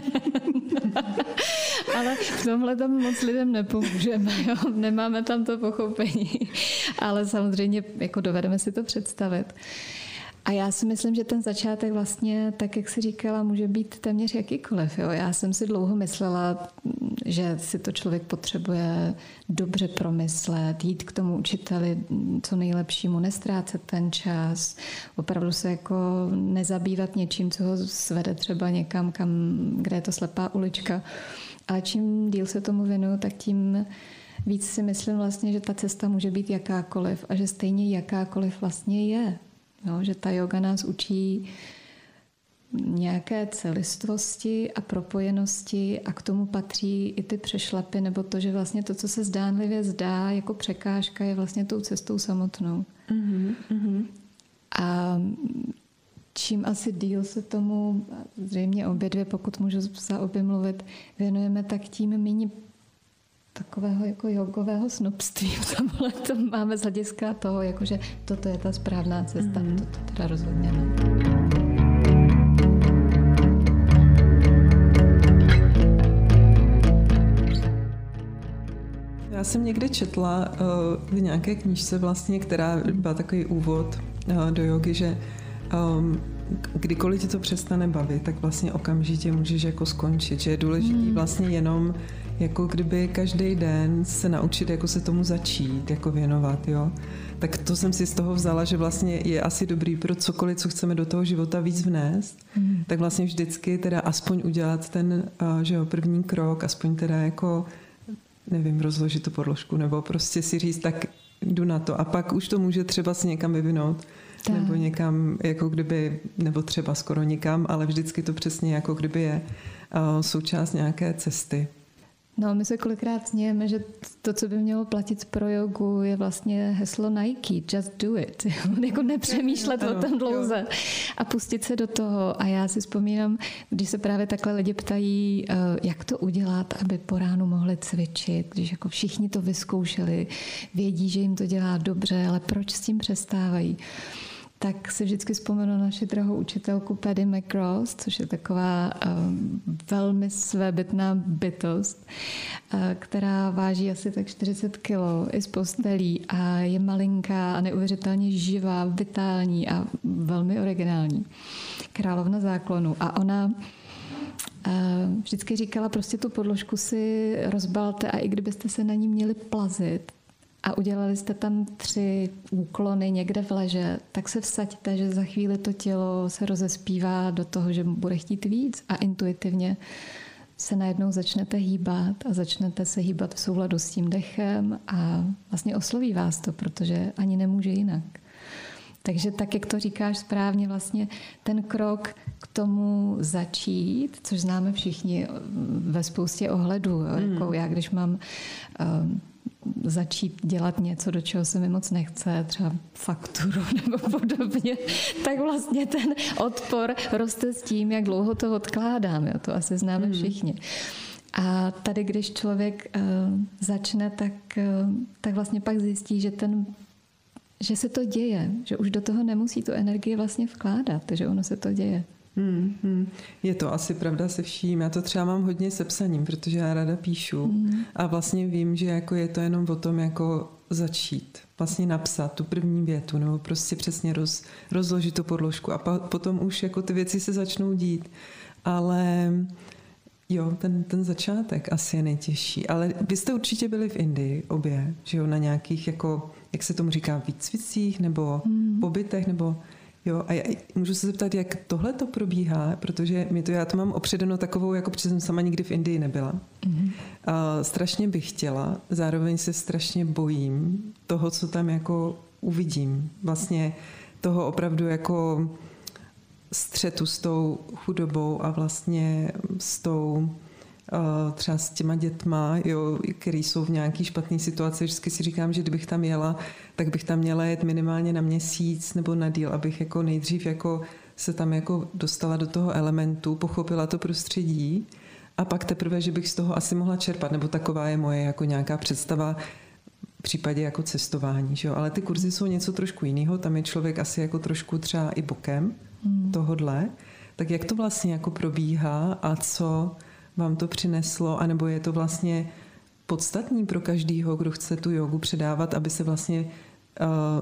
Speaker 2: Ale v tomhle tam moc lidem nepomůžeme. Jo? Nemáme tam to pochopení. Ale samozřejmě jako dovedeme si to představit. A já si myslím, že ten začátek vlastně, tak jak jsi říkala, může být téměř jakýkoliv. Jo? Já jsem si dlouho myslela, že si to člověk potřebuje dobře promyslet, jít k tomu učiteli co nejlepšímu, nestrácet ten čas, opravdu se jako nezabývat něčím, co ho svede třeba někam, kde je to slepá ulička. Ale čím díl se tomu věnuju, tak tím víc si myslím vlastně, že ta cesta může být jakákoliv a že stejně jakákoliv vlastně je. No, že ta yoga nás učí nějaké celistvosti a propojenosti a k tomu patří i ty přešlapy nebo to, že vlastně to, co se zdánlivě zdá jako překážka, je vlastně tou cestou samotnou. Mm-hmm. A čím asi díl se tomu, zřejmě obě dvě, pokud můžu za obě mluvit, věnujeme, tak tím méně takového jako jogového snobství v tomhle to máme z hlediska toho, jakože toto je ta správná cesta, toto teda rozhodně ne.
Speaker 1: Já jsem někde četla v nějaké knížce vlastně, která byla takový úvod do jogy, že kdykoliv tě to přestane bavit, tak vlastně okamžitě můžeš jako skončit, že je důležitý vlastně jenom jako kdyby každý den se naučit jako se tomu začít, jako věnovat, jo. Tak to jsem si z toho vzala, že vlastně je asi dobrý pro cokoliv, co chceme do toho života víc vnést, tak vlastně vždycky teda aspoň udělat ten, že jo, první krok, aspoň teda jako, nevím, rozložit tu podložku, nebo prostě si říct, tak jdu na to a pak už to může třeba si někam vyvinout, nebo někam, jako kdyby, nebo třeba skoro nikam, ale vždycky to přesně jako kdyby je součást nějaké cesty.
Speaker 2: No, my se kolikrát smějeme, že to, co by mělo platit pro jogu, je vlastně heslo Nike, just do it. Jako nepřemýšlet o tom dlouze a pustit se do toho. A já si vzpomínám, když se právě takhle lidi ptají, jak to udělat, aby po ránu mohli cvičit, když jako všichni to vyzkoušeli, vědí, že jim to dělá dobře, ale proč s tím přestávají? Tak si vždycky vzpomenu na naši drahou učitelku Paddy McGrath, což je taková velmi svébytná bytost, která váží asi tak 40 kilo i z postelí a je malinká a neuvěřitelně živá, vitální a velmi originální. Královna záklonu. A ona vždycky říkala, prostě tu podložku si rozbalte a i kdybyste se na ní měli plazit, a udělali jste tam 3 úklony někde v leže, tak se vsaďte, že za chvíli to tělo se rozespívá do toho, že bude chtít víc a intuitivně se najednou začnete hýbat a začnete se hýbat v souladu s tím dechem a vlastně osloví vás to, protože ani nemůže jinak. Takže tak, jak to říkáš správně, vlastně ten krok k tomu začít, což známe všichni ve spoustě ohledů. Jako já, když mám začít dělat něco, do čeho se mi moc nechce, třeba fakturu nebo podobně, tak vlastně ten odpor roste s tím, jak dlouho to odkládám. Jo? To asi známe všichni. A tady, když člověk začne, tak vlastně pak zjistí, že se to děje, že už do toho nemusí tu energii vlastně vkládat, že ono se to děje.
Speaker 1: Je to asi pravda se vším. Já to třeba mám hodně se psaním, protože já ráda píšu a vlastně vím, že jako je to jenom o tom jako začít. Vlastně napsat tu první větu nebo prostě přesně rozložit tu podložku a potom už jako ty věci se začnou dít. Ale jo, ten začátek asi je nejtěžší. Ale vy jste určitě byli v Indii obě, že jo, na nějakých jako, jak se tomu říká, výcvicích nebo pobytech nebo... Jo, a můžu se zeptat, jak tohle to probíhá, protože já to mám opředeno takovou, jako protože jsem sama nikdy v Indii nebyla. A strašně bych chtěla, zároveň se strašně bojím toho, co tam jako uvidím. Vlastně toho opravdu jako střetu s tou chudobou a vlastně s tou třeba s těma dětma, jo, který jsou v nějaký špatné situaci. Vždycky si říkám, že kdybych tam jela, tak bych tam měla jet minimálně na měsíc nebo na díl, abych jako nejdřív jako se tam jako dostala do toho elementu, pochopila to prostředí a pak teprve, že bych z toho asi mohla čerpat, nebo taková je moje jako nějaká představa v případě jako cestování. Že jo? Ale ty kurzy jsou něco trošku jiného, tam je člověk asi jako trošku třeba i bokem tohodle. Tak jak to vlastně jako probíhá a co vám to přineslo, anebo je to vlastně podstatný pro každýho, kdo chce tu jogu předávat, aby se vlastně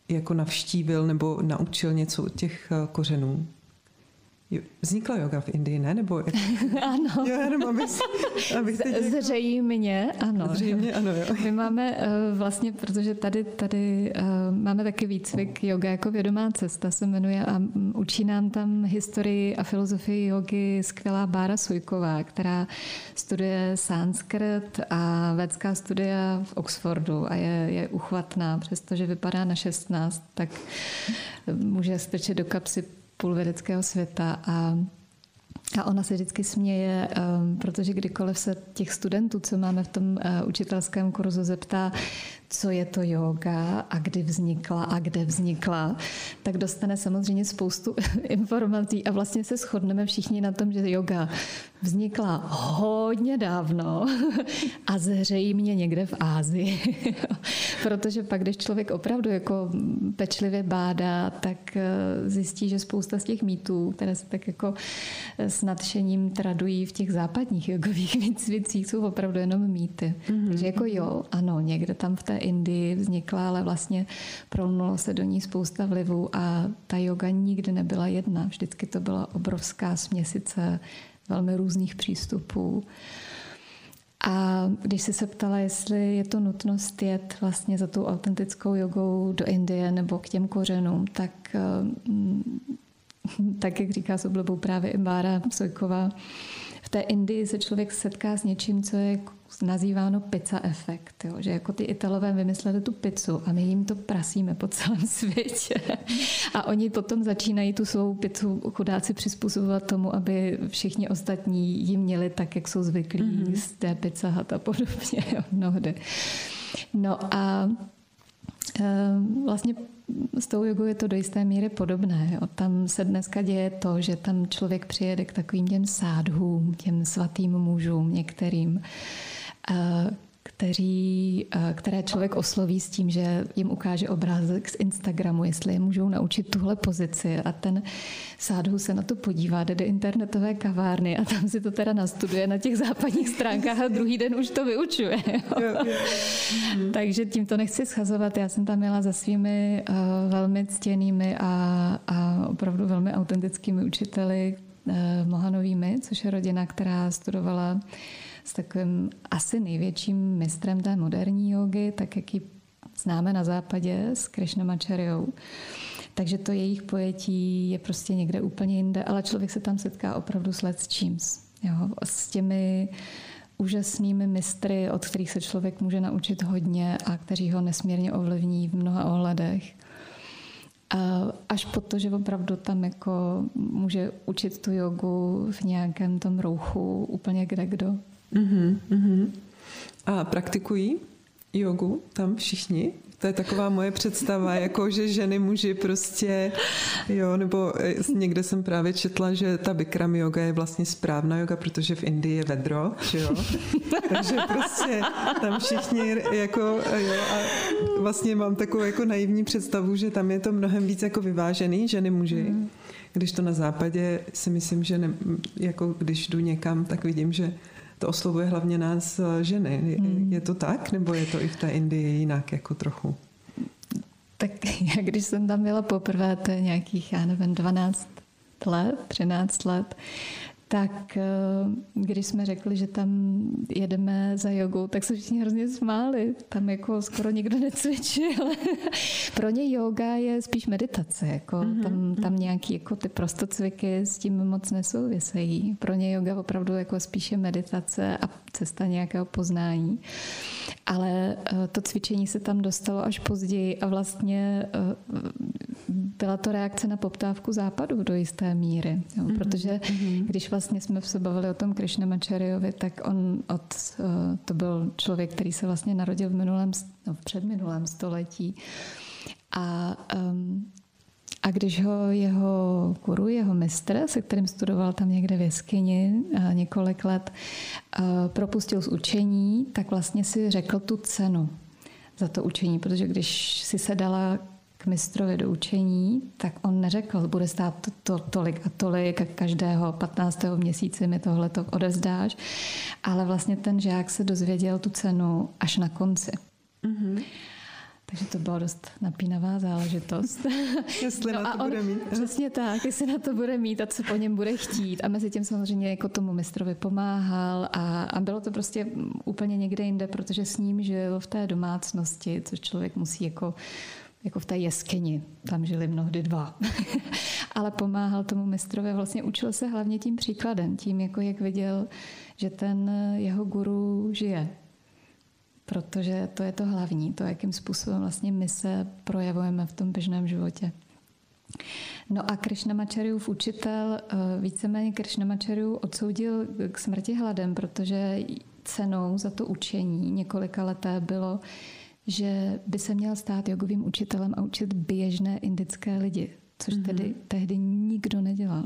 Speaker 1: jako navštívil nebo naučil něco od těch kořenů? Vznikla yoga v Indii, ne? Nebo
Speaker 2: ano.
Speaker 1: Jo, jenom
Speaker 2: Zřejmě, ano.
Speaker 1: Zřejmě, ano, jo.
Speaker 2: My máme vlastně, protože tady máme taky výcvik yoga jako vědomá cesta se jmenuje a učí nám tam historii a filozofii jogy skvělá Bára Sujková, která studuje sanskrt a védská studia v Oxfordu a je uchvatná, přestože vypadá na 16, tak může strčit do kapsy půl vědeckého světa a ona se vždycky směje, protože kdykoliv se těch studentů, co máme v tom učitelském kurzu, zeptá, co je to yoga a kdy vznikla a kde vznikla, tak dostane samozřejmě spoustu informací a vlastně se shodneme všichni na tom, že yoga vznikla hodně dávno a zřejmě někde v Ásii. Protože pak, když člověk opravdu jako pečlivě bádá, tak zjistí, že spousta z těch mýtů, které se tak jako s nadšením tradují v těch západních jogových výcvicích, jsou opravdu jenom mýty. Takže jako jo, ano, někde tam v té Indii vznikla, ale vlastně prolnulo se do ní spousta vlivů a ta yoga nikdy nebyla jedna. Vždycky to byla obrovská směsice velmi různých přístupů. A když jsi se ptala, jestli je to nutnost jet vlastně za tou autentickou jogou do Indie nebo k těm kořenům, tak jak říká s oblibou právě i Bára Sujková, v té Indii se člověk setká s něčím, co je nazýváno pizza efekt. Jo? Že jako ty Italové vymysleli tu pizzu a my jim to prasíme po celém světě. A oni potom začínají tu svou pizzu chudáci přizpůsobovat tomu, aby všichni ostatní ji měli tak, jak jsou zvyklí z té Pizza Hut a podobně. Jo? Mnohdy. No a vlastně s tou jogou je to do jisté míry podobné. Jo. Tam se dneska děje to, že tam člověk přijede k takovým těm sádhům, těm svatým mužům některým, které člověk osloví s tím, že jim ukáže obrázek z Instagramu, jestli je můžou naučit tuhle pozici. A ten sádhu se na to podívá, jde do internetové kavárny a tam si to teda nastuduje na těch západních stránkách a druhý den už to vyučuje. Takže tím to nechci schazovat. Já jsem tam jela za svými velmi ctěnými a opravdu velmi autentickými učiteli Mohanovými, což je rodina, která studovala s takovým asi největším mistrem té moderní jógy, tak jak ji známe na západě, s Krishnamacharjou. Takže to jejich pojetí je prostě někde úplně jinde, ale člověk se tam setká opravdu s číms. S těmi úžasnými mistry, od kterých se člověk může naučit hodně a kteří ho nesmírně ovlivní v mnoha ohledech. Až po to, že opravdu tam jako může učit tu jogu v nějakém tom rouchu úplně kdekdo.
Speaker 1: A praktikují jogu tam všichni? To je taková moje představa, jako že ženy, muži prostě, jo, nebo někde jsem právě četla, že ta Bikram yoga je vlastně správná yoga, protože v Indii je vedro, že jo. Takže prostě tam všichni jako, jo, a vlastně mám takovou jako naivní představu, že tam je to mnohem víc jako vyvážený, ženy, muži. Když to na západě si myslím, že ne, jako když jdu někam, tak vidím, že to oslovuje hlavně nás ženy. Je to tak? Nebo je to i v té Indii jinak jako trochu?
Speaker 2: Tak já když jsem tam byla poprvé, to je nějakých, 12 let, 13 let, tak když jsme řekli, že tam jedeme za jogou, tak se všichni hrozně smáli. Tam jako skoro nikdo necvičil. Pro ně yoga je spíš meditace. Jako tam nějaký jako ty prostocviky s tím moc nesouvisejí. Pro ně yoga opravdu jako spíše meditace a cesta nějakého poznání. Ale to cvičení se tam dostalo až později a vlastně byla to reakce na poptávku západu do jisté míry. Jo? Protože když vlastně jsme se bavili o tom Krishnamacharyovi, tak to byl člověk, který se vlastně narodil v předminulém století. A když ho jeho guru, jeho mistr, se kterým studoval tam někde v jeskyni několik let, propustil z učení, tak vlastně si řekl tu cenu za to učení, protože když si se dala k mistrovi do učení, tak on neřekl, bude stát tolik a tolik a každého 15. měsíci mi tohleto odevzdáš, ale vlastně ten žák se dozvěděl tu cenu až na konci. Takže to byla dost napínavá záležitost.
Speaker 1: Jestli na to bude mít.
Speaker 2: Přesně tak, jestli na to bude mít a co po něm bude chtít. A mezi tím samozřejmě jako tomu mistrovi pomáhal a bylo to prostě úplně někde jinde, protože s ním žil v té domácnosti, což člověk musí jako v té jeskyni. Tam žili mnohdy dva. Ale pomáhal tomu mistrovi, vlastně učil se hlavně tím příkladem, tím, jako jak viděl, že ten jeho guru žije. Protože to je to hlavní, to, jakým způsobem vlastně my se projevujeme v tom běžném životě. No a Krishnamacharjův učitel, víceméně Krishnamacharju odsoudil k smrti hladem, protože cenou za to učení několikaleté bylo, že by se měl stát jogovým učitelem a učit běžné indické lidi, což tedy tehdy nikdo nedělal.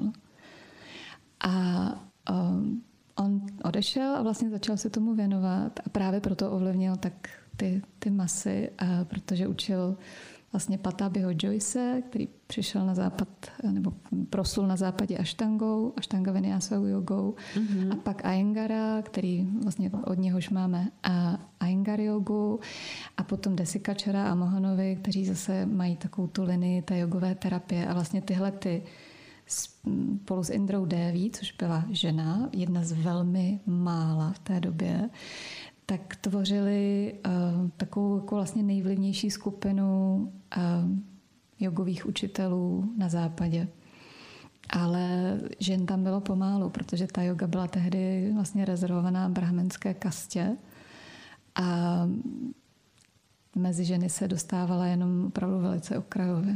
Speaker 2: A on odešel a vlastně začal se tomu věnovat a právě proto ovlivnil tak ty masy, protože učil vlastně Pattabhiho Joyce, který přišel na západ, nebo proslul na západě Ashtangou, Ashtanga Vinyasovou jogou, a pak Iyengara, který vlastně od něhož máme Iyengar jogu, a potom Desikachara a Mohanovi, kteří zase mají takovou tu linii té jogové terapie a vlastně tyhle spolu s Indrou Deví, což byla žena, jedna z velmi mála v té době, tak tvořili takovou jako vlastně nejvlivnější skupinu jogových učitelů na západě. Ale žen tam bylo pomálu, protože ta joga byla tehdy vlastně rezervovaná brahmenské kastě a mezi ženy se dostávala jenom opravdu velice okrajově.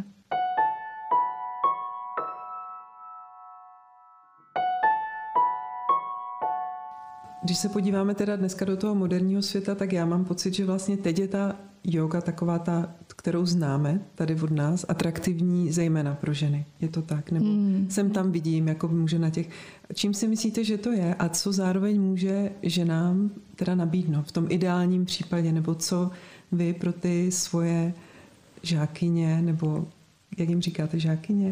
Speaker 1: Když se podíváme teda dneska do toho moderního světa, tak já mám pocit, že vlastně teď je ta yoga taková ta, kterou známe tady od nás, atraktivní zejména pro ženy. Je to tak? Nebo sem tam vidím, jako může na těch... Čím si myslíte, že to je a co zároveň může ženám teda nabídnout v tom ideálním případě, nebo co vy pro ty svoje žákyně, nebo jak jim říkáte, žákyně?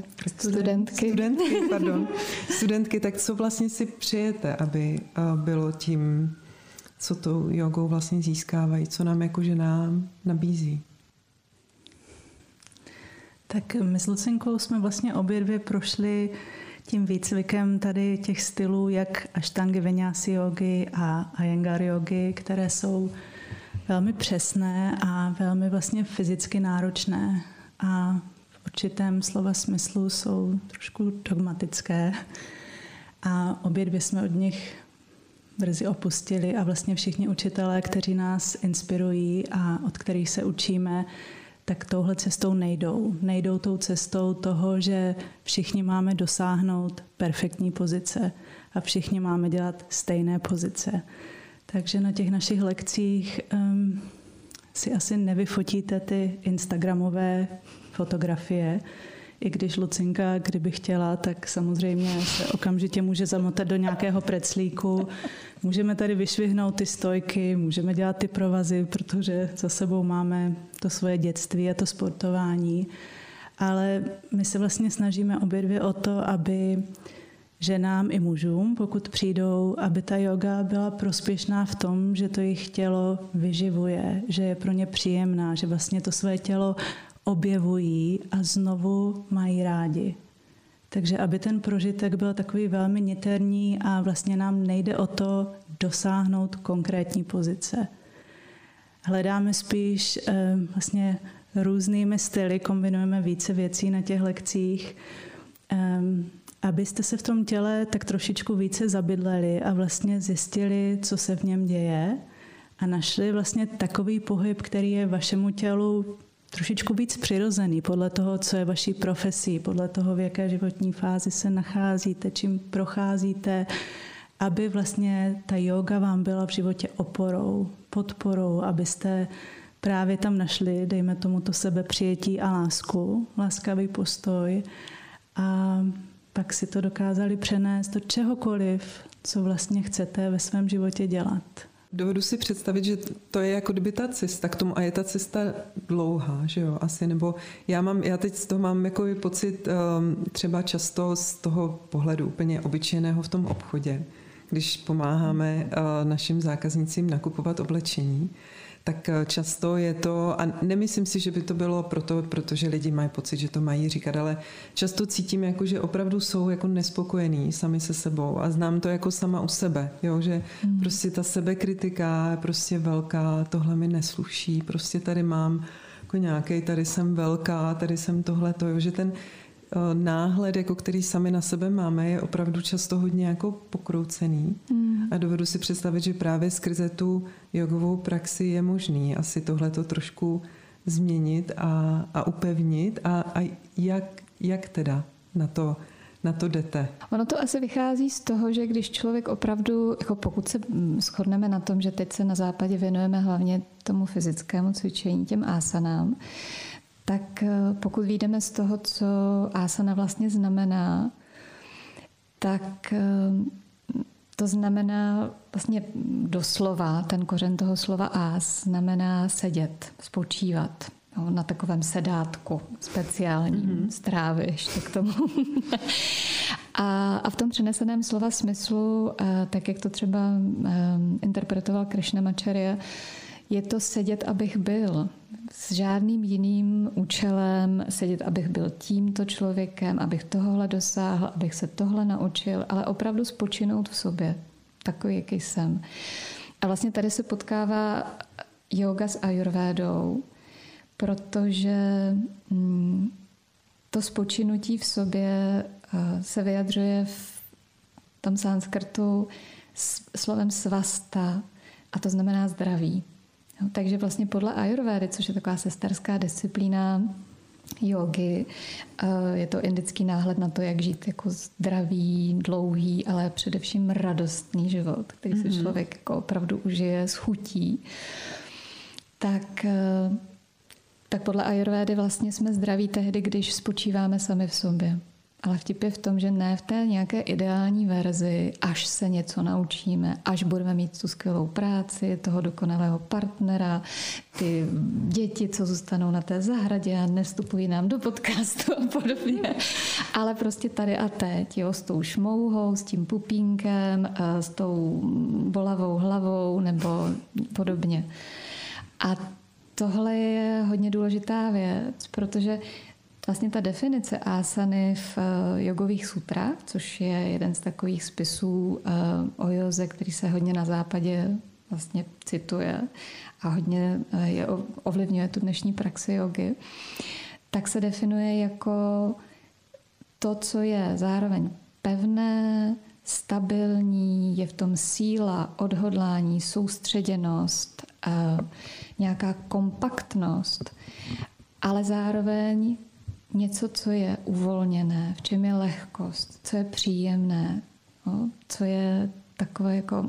Speaker 1: Studentky, tak co vlastně si přejete, aby bylo tím, co tou jogou vlastně získávají, co nám jako ženám nabízí?
Speaker 3: Tak my s Lucinkou jsme vlastně obě dvě prošli tím výcvikem tady těch stylů, jak Ashtangi Vinyasa jogy a Iyengar jogy, které jsou velmi přesné a velmi vlastně fyzicky náročné a v určitém slova smyslu jsou trošku dogmatické. A obě dvě jsme od nich brzy opustili a vlastně všichni učitelé, kteří nás inspirují a od kterých se učíme, tak touhle cestou nejdou. Nejdou tou cestou toho, že všichni máme dosáhnout perfektní pozice a všichni máme dělat stejné pozice. Takže na těch našich lekcích si asi nevyfotíte ty instagramové fotografie, i když Lucinka, kdyby chtěla, tak samozřejmě se okamžitě může zamotat do nějakého preclíku. Můžeme tady vyšvihnout ty stojky, můžeme dělat ty provazy, protože za sebou máme to svoje dětství a to sportování. Ale my se vlastně snažíme obě dvě o to, aby ženám i mužům, pokud přijdou, aby ta yoga byla prospěšná v tom, že to jejich tělo vyživuje, že je pro ně příjemná, že vlastně to své tělo objevují a znovu mají rádi. Takže aby ten prožitek byl takový velmi niterní a vlastně nám nejde o to dosáhnout konkrétní pozice. Hledáme spíš vlastně různými styly, kombinujeme více věcí na těch lekcích, abyste se v tom těle tak trošičku více zabydleli a vlastně zjistili, co se v něm děje a našli vlastně takový pohyb, který je vašemu tělu trošičku víc přirozený podle toho, co je vaší profesí, podle toho, v jaké životní fázi se nacházíte, čím procházíte, aby vlastně ta yoga vám byla v životě oporou, podporou, abyste právě tam našli, dejme tomu to sebepřijetí a lásku, láskavý postoj a pak si to dokázali přenést do čehokoliv, co vlastně chcete ve svém životě dělat.
Speaker 1: Dovedu si představit, že to je jako kdyby ta cesta k tomu a je ta cesta dlouhá, že jo, asi, nebo já teď z toho mám jako pocit třeba často z toho pohledu úplně obyčejného v tom obchodě, když pomáháme našim zákaznicím nakupovat oblečení, tak často je to, a nemyslím si, že by to bylo protože lidi mají pocit, že to mají říkat, ale často cítím, jako, že opravdu jsou jako nespokojení sami se sebou a znám to jako sama u sebe, jo, že prostě ta sebekritika je prostě velká, tohle mi nesluší, prostě tady mám jako nějaký, tady jsem velká, tady jsem tohleto, jo, že ten náhled, jako který sami na sebe máme, je opravdu často hodně jako pokroucený. A dovedu si představit, že právě skrze tu jogovou praxi je možný asi tohleto trošku změnit a upevnit. A jak teda na to jdete?
Speaker 2: Ono to asi vychází z toho, že když člověk opravdu, jako pokud se shodneme na tom, že teď se na západě věnujeme hlavně tomu fyzickému cvičení, těm asanám, tak pokud vyjdeme z toho, co asana vlastně znamená, tak to znamená vlastně doslova, ten kořen toho slova as znamená sedět, spočívat, jo, na takovém sedátku speciálním, z trávy ještě k tomu. A v tom přeneseném slova smyslu, tak jak to třeba interpretoval Krishnamacharya, je to sedět, abych byl. S žádným jiným účelem sedět, abych byl tímto člověkem, abych tohle dosáhl, abych se tohle naučil, ale opravdu spočinout v sobě, takový, jaký jsem. A vlastně tady se potkává yoga s ayurvédou, protože to spočinutí v sobě se vyjadřuje v tom sanskrtu slovem svasta, a to znamená zdraví. Takže vlastně podle ayurvédy, což je taková sesterská disciplína jógy, je to indický náhled na to, jak žít jako zdravý, dlouhý, ale především radostný život, který si člověk jako opravdu užije s chutí. Tak podle ayurvédy vlastně jsme zdraví tehdy, když spočíváme sami v sobě. Ale vtip je v tom, že ne v té nějaké ideální verzi, až se něco naučíme, až budeme mít tu skvělou práci, toho dokonalého partnera, ty děti, co zůstanou na té zahradě a nevstupují nám do podcastu a podobně. Ale prostě tady a teď, jo, s tou šmouhou, s tím pupínkem, s tou bolavou hlavou nebo podobně. A tohle je hodně důležitá věc, protože vlastně ta definice asany v jogových sutrách, což je jeden z takových spisů o józe, který se hodně na západě vlastně cituje a hodně ovlivňuje tu dnešní praxi jogy, tak se definuje jako to, co je zároveň pevné, stabilní, je v tom síla, odhodlání, soustředěnost, nějaká kompaktnost, ale zároveň něco, co je uvolněné, v čem je lehkost, co je příjemné, no, co je takové jako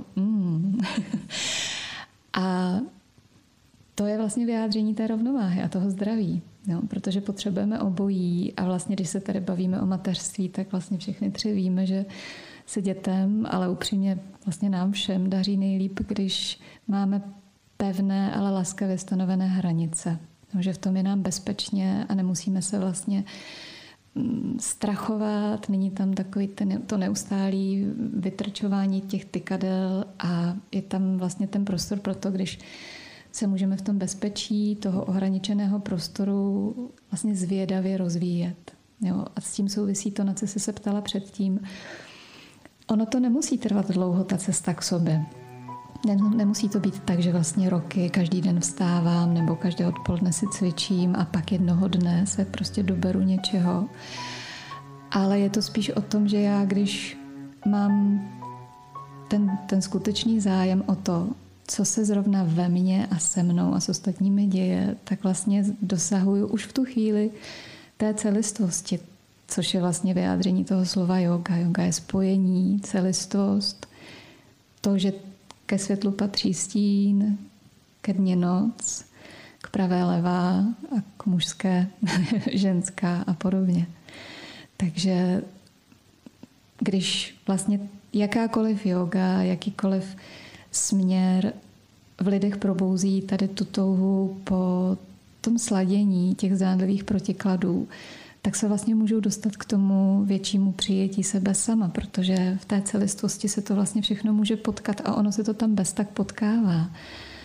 Speaker 2: A to je vlastně vyjádření té rovnováhy a toho zdraví. No, protože potřebujeme obojí a vlastně, když se tady bavíme o mateřství, tak vlastně všechny tři víme, že se dětem, ale upřímně vlastně nám všem daří nejlíp, když máme pevné, ale laskavě stanovené hranice. Že v tom je nám bezpečně a nemusíme se vlastně strachovat, není tam takový to neustálý vytrčování těch tykadel a je tam vlastně ten prostor pro to, když se můžeme v tom bezpečí toho ohraničeného prostoru vlastně zvědavě rozvíjet. Jo? A s tím souvisí to, na co jsi se ptala předtím. Ono to nemusí trvat dlouho, ta cesta k sobě. Nemusí to být tak, že vlastně roky každý den vstávám nebo každé odpoledne si cvičím a pak jednoho dne se prostě doberu něčeho. Ale je to spíš o tom, že já, když mám ten skutečný zájem o to, co se zrovna ve mně a se mnou a s ostatními děje, tak vlastně dosahuju už v tu chvíli té celistvosti, což je vlastně vyjádření toho slova yoga. Yoga je spojení, celistvost, to, že ke světlu patří stín, ke dně noc, k pravé levá a k mužské ženská a podobně. Takže když vlastně jakákoliv yoga, jakýkoliv směr v lidech probouzí tady tu touhu po tom sladění těch zdánlivých protikladů, tak se vlastně můžou dostat k tomu většímu přijetí sebe sama, protože v té celistvosti se to vlastně všechno může potkat a ono se to tam bez tak potkává.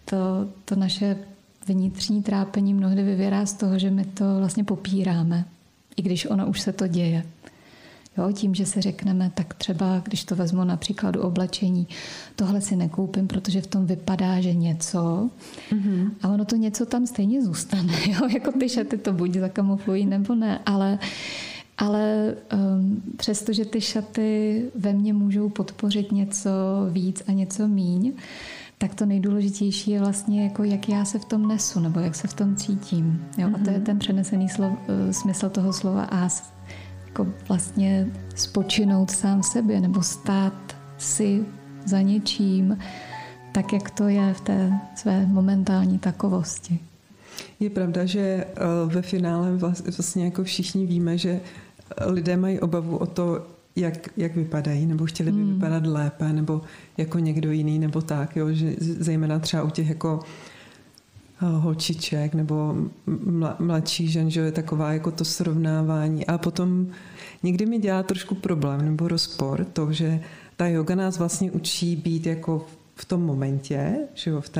Speaker 2: to naše vnitřní trápení mnohdy vyvěrá z toho, že my to vlastně popíráme, i když ono už se to děje. Jo, tím, že si řekneme, tak třeba, když to vezmu například do oblečení, tohle si nekoupím, protože v tom vypadá, že něco. Mm-hmm. A ono to něco tam stejně zůstane. Jo? Jako ty šaty to buď zakamuflují nebo ne, ale přestože ty šaty ve mně můžou podpořit něco víc a něco míň, tak to nejdůležitější je vlastně, jako jak já se v tom nesu, nebo jak se v tom cítím. Jo? Mm-hmm. A to je ten přenesený smysl toho slova ás. Jako vlastně spočinout sám v sobě, nebo stát si za něčím, tak, jak to je v té své momentální takovosti.
Speaker 1: Je pravda, že ve finále vlastně jako všichni víme, že lidé mají obavu o to, jak vypadají, nebo chtěli by vypadat lépe, nebo jako někdo jiný, nebo tak, jo, že zejména třeba u těch jako holčiček nebo mladší žen, že je taková jako to srovnávání. A potom někdy mi dělá trošku problém nebo rozpor to, že ta yoga nás vlastně učí být jako v tom momentě, že jo,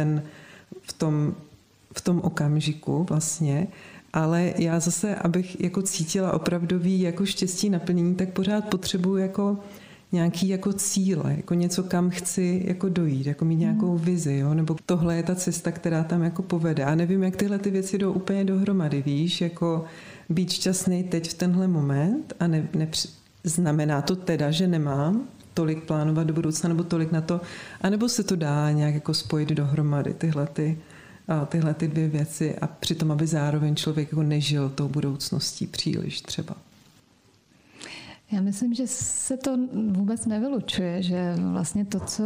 Speaker 1: v tom okamžiku vlastně, ale já zase, abych jako cítila opravdový jako štěstí naplnění, tak pořád potřebuji jako nějaký jako cíle, jako něco, kam chci jako dojít, jako mít nějakou vizi, jo? Nebo tohle je ta cesta, která tam jako povede. A nevím, jak tyhle ty věci jdou úplně dohromady, víš, jako být šťastný teď v tenhle moment a znamená to teda, že nemám tolik plánovat do budoucna nebo tolik na to, anebo se to dá nějak jako spojit dohromady tyhle ty dvě věci a přitom, aby zároveň člověk jako nežil tou budoucností příliš třeba.
Speaker 2: Já myslím, že se to vůbec nevylučuje, že vlastně to, co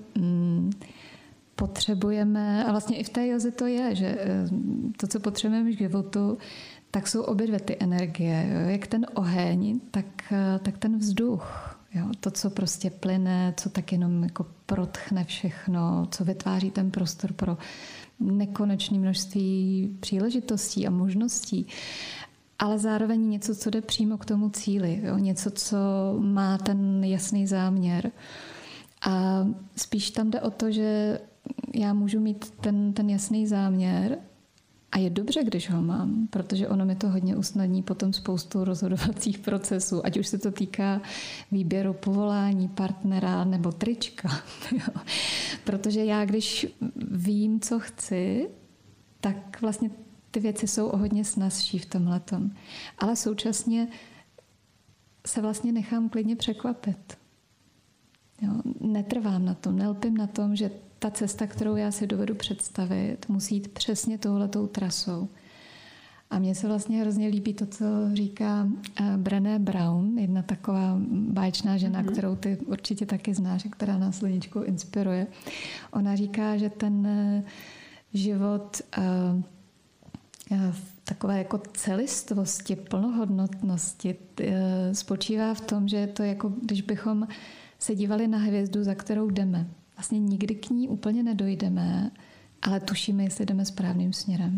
Speaker 2: potřebujeme, a vlastně i v té józe to je, že to, co potřebujeme v životu, tak jsou obě dvě ty energie. Jo? Jak ten oheň, tak ten vzduch. Jo? To, co prostě plyne, co tak jenom jako protchne všechno, co vytváří ten prostor pro nekonečné množství příležitostí a možností. Ale zároveň něco, co jde přímo k tomu cíli. Jo? Něco, co má ten jasný záměr. A spíš tam jde o to, že já můžu mít ten jasný záměr a je dobře, když ho mám, protože ono mi to hodně usnadní potom spoustu rozhodovacích procesů, ať už se to týká výběru povolání, partnera nebo trička. Jo? Protože já, když vím, co chci, tak vlastně ty věci jsou o hodně snazší v tomhletom. Ale současně se vlastně nechám klidně překvapit. Jo, netrvám na tom, nelpím na tom, že ta cesta, kterou já si dovedu představit, musí jít přesně touhletou trasou. A mně se vlastně hrozně líbí to, co říká Brené Brown, jedna taková báječná žena, kterou ty určitě taky znáš, která nás Leničkou inspiruje. Ona říká, že ten život v takové jako celistvosti, plnohodnotnosti spočívá v tom, že je to jako, když bychom se dívali na hvězdu, za kterou jdeme. Vlastně nikdy k ní úplně nedojdeme, ale tušíme, jestli jdeme správným směrem.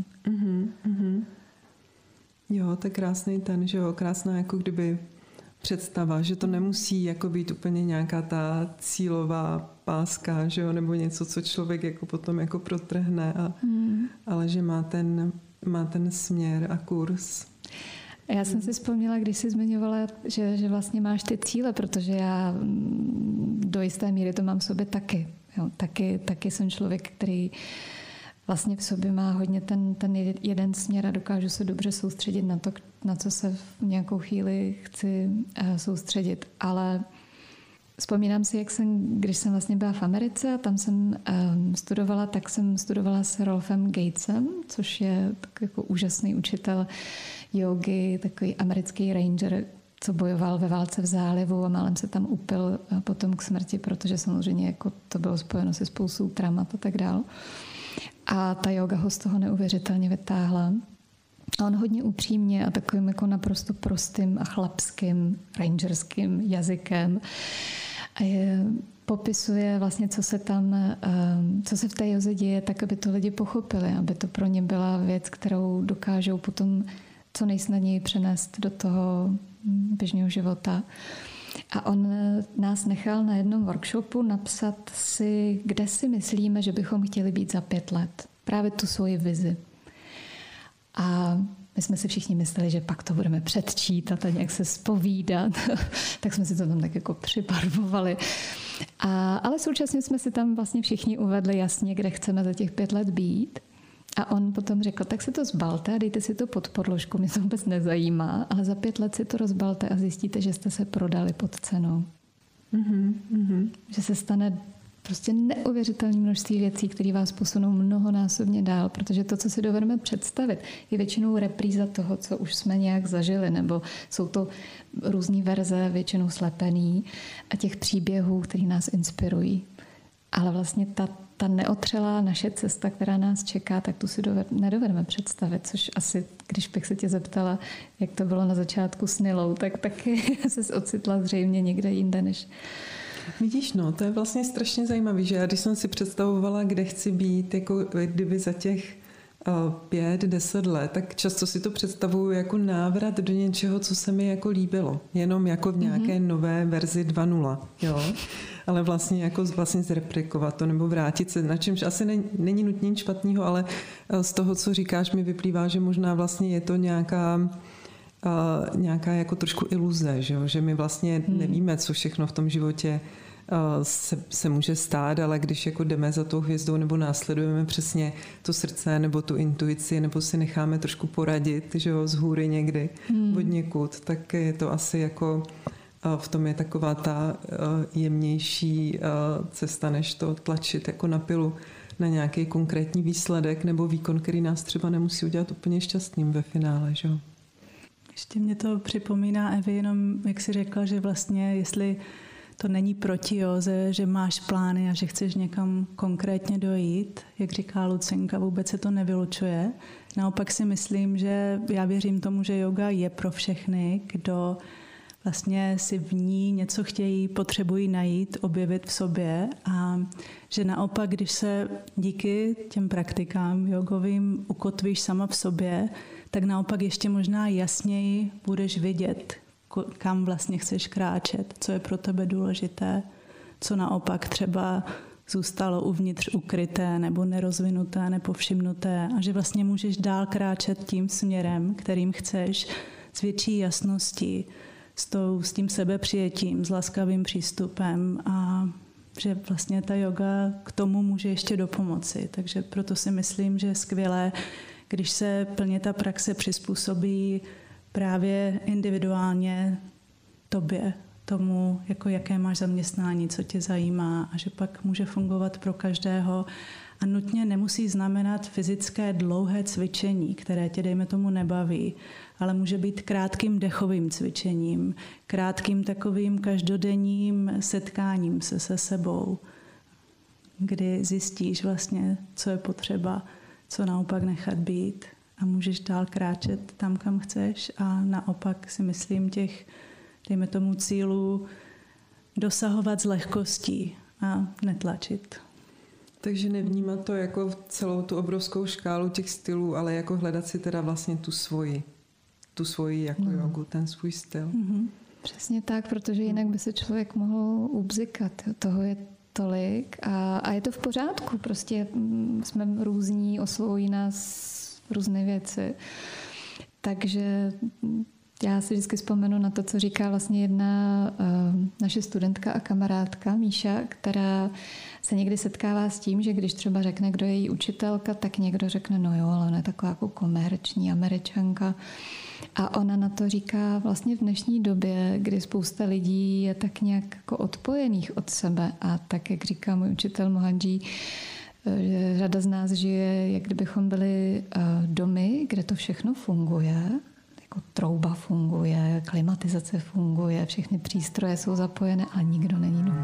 Speaker 1: Jo, to je krásný že jo, krásná jako kdyby představa, že to nemusí jako být úplně nějaká ta cílová páska, že jo, nebo něco, co člověk jako potom jako protrhne, ale že má ten směr a kurz.
Speaker 2: Já jsem si vzpomněla, když jsi zmiňovala, že vlastně máš ty cíle, protože já do jisté míry to mám v sobě taky. Jo, taky jsem člověk, který vlastně v sobě má hodně ten jeden směr a dokážu se dobře soustředit na to, na co se v nějakou chvíli chci soustředit. Ale vzpomínám si, když jsem vlastně byla v Americe a tam jsem studovala, tak jsem studovala s Rolfem Gatesem, což je tak jako úžasný učitel jógy, takový americký ranger, co bojoval ve válce v zálivu a málem se tam upil potom k smrti, protože samozřejmě jako to bylo spojeno se spoustou traumat a tak dál. A ta jóga ho z toho neuvěřitelně vytáhla. A on hodně upřímně a takovým jako naprosto prostým a chlapským, rangerským jazykem popisuje vlastně, co se v té józe děje, tak aby to lidi pochopili, aby to pro ně byla věc, kterou dokážou potom co nejsnadněji přenést do toho běžného života. A on nás nechal na jednom workshopu napsat si, kde si myslíme, že bychom chtěli být za 5 let. Právě tu svoji vizi. A my jsme si všichni mysleli, že pak to budeme předčítat a nějak se zpovídat. Tak jsme si to tam tak jako přibarvovali. Ale současně jsme si tam vlastně všichni uvedli jasně, kde chceme za těch 5 let být. A on potom řekl, tak si to zbalte a dejte si to pod podložku, mě to vůbec nezajímá, ale za 5 let si to rozbalte a zjistíte, že jste se prodali pod cenou. Že se stane prostě neuvěřitelné množství věcí, které vás posunou mnohonásobně dál, protože to, co si dovedeme představit, je většinou repríza toho, co už jsme nějak zažili, nebo jsou to různý verze, většinou slepený a těch příběhů, které nás inspirují. Ale vlastně ta neotřelá naše cesta, která nás čeká, tak tu si nedovedeme představit, což asi, když bych se tě zeptala, jak to bylo na začátku s Nilou, tak taky ses ocitla zřejmě někde jinde než...
Speaker 1: Vidíš, no, to je vlastně strašně zajímavé, že já když jsem si představovala, kde chci být, jako kdyby za těch 5-10 let, tak často si to představuju jako návrat do něčeho, co se mi jako líbilo. Jenom jako v nějaké nové verzi 2.0, jo. Ale vlastně jako zreplikovat to nebo vrátit se, na čemž asi není nutně nic špatného, ale z toho, co říkáš, mi vyplývá, že možná vlastně je to nějaká jako trošku iluze, že my vlastně nevíme, co všechno v tom životě se může stát, ale když jako jdeme za tou hvězdou nebo následujeme přesně to srdce nebo tu intuici nebo si necháme trošku poradit, že jo, z hůry někdy od někud, tak je to asi jako v tom je taková ta jemnější cesta, než to tlačit jako na pilu na nějaký konkrétní výsledek nebo výkon, který nás třeba nemusí udělat úplně šťastným ve finále, že jo.
Speaker 3: Ještě mě to připomíná, Evi, jenom jak jsi řekla, že vlastně jestli to není proti józe, že máš plány a že chceš někam konkrétně dojít, jak říká Lucinka, vůbec se to nevylučuje. Naopak si myslím, že já věřím tomu, že yoga je pro všechny, kdo vlastně si v ní něco chtějí, potřebují najít, objevit v sobě a že naopak, když se díky těm praktikám jogovým ukotvíš sama v sobě, tak naopak ještě možná jasněji budeš vidět, kam vlastně chceš kráčet, co je pro tebe důležité, co naopak třeba zůstalo uvnitř ukryté nebo nerozvinuté, nepovšimnuté a že vlastně můžeš dál kráčet tím směrem, kterým chceš, s větší jasností, s tím sebepřijetím, s laskavým přístupem a že vlastně ta yoga k tomu může ještě dopomoci. Takže proto si myslím, že je skvělé, když se plně ta praxe přizpůsobí právě individuálně tobě, tomu, jako jaké máš zaměstnání, co tě zajímá a že pak může fungovat pro každého a nutně nemusí znamenat fyzické dlouhé cvičení, které tě, dejme tomu, nebaví, ale může být krátkým dechovým cvičením, krátkým takovým každodenním setkáním se sebou, kdy zjistíš vlastně, co je potřeba, co naopak nechat být a můžeš dál kráčet tam, kam chceš a naopak si myslím těch, dejme tomu, cílů dosahovat s lehkostí a netlačit.
Speaker 1: Takže nevnímat to jako celou tu obrovskou škálu těch stylů, ale jako hledat si teda vlastně tu svoji jako jogu, ten svůj styl.
Speaker 2: Přesně tak, protože jinak by se člověk mohl ubzykat. Toho je tolik a je to v pořádku. Prostě jsme různí, oslovují nás různé věci. Takže já si vždycky vzpomenu na to, co říká vlastně jedna naše studentka a kamarádka Míša, která se někdy setkává s tím, že když třeba řekne, kdo je její učitelka, tak někdo řekne, no jo, ale ona je taková jako komerční Američanka. A ona na to říká vlastně v dnešní době, kdy spousta lidí je tak nějak jako odpojených od sebe a tak, jak říká můj učitel Mohanji, že řada z nás žije, jak kdybychom byli domy, kde to všechno funguje, jako trouba funguje, klimatizace funguje, všechny přístroje jsou zapojené, ale nikdo není doma.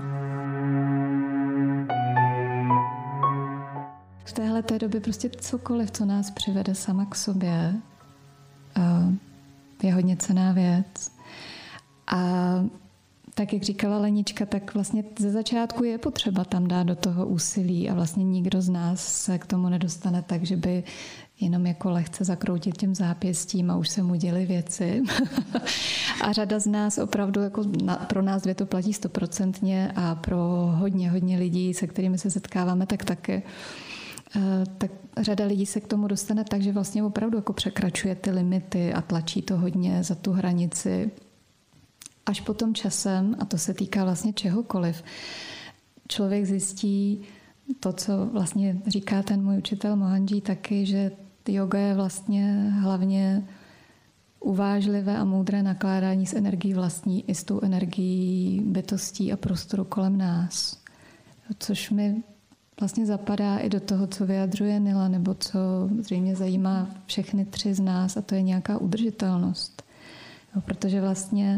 Speaker 2: V téhleté době prostě cokoliv, co nás přivede sama k sobě, je hodně cenná věc. A Tak jak říkala Lenička, tak vlastně ze začátku je potřeba tam dát do toho úsilí a vlastně nikdo z nás se k tomu nedostane tak, že by jenom jako lehce zakroutit tím zápěstím a už se mu děly věci. A řada z nás opravdu, jako pro nás dvě to platí 100% a pro hodně lidí, se kterými se setkáváme, tak taky. Tak řada lidí se k tomu dostane tak, že vlastně opravdu jako překračuje ty limity a tlačí to hodně za tu hranici. Až potom časem, a to se týká vlastně čehokoliv, člověk zjistí to, co vlastně říká ten můj učitel Mohanji taky, že yoga je vlastně hlavně uvážlivé a moudré nakládání s energií vlastní i s tou energií bytostí a prostoru kolem nás. Což mi vlastně zapadá i do toho, co vyjadřuje Nila, nebo co zřejmě zajímá všechny tři z nás, a to je nějaká udržitelnost. Protože vlastně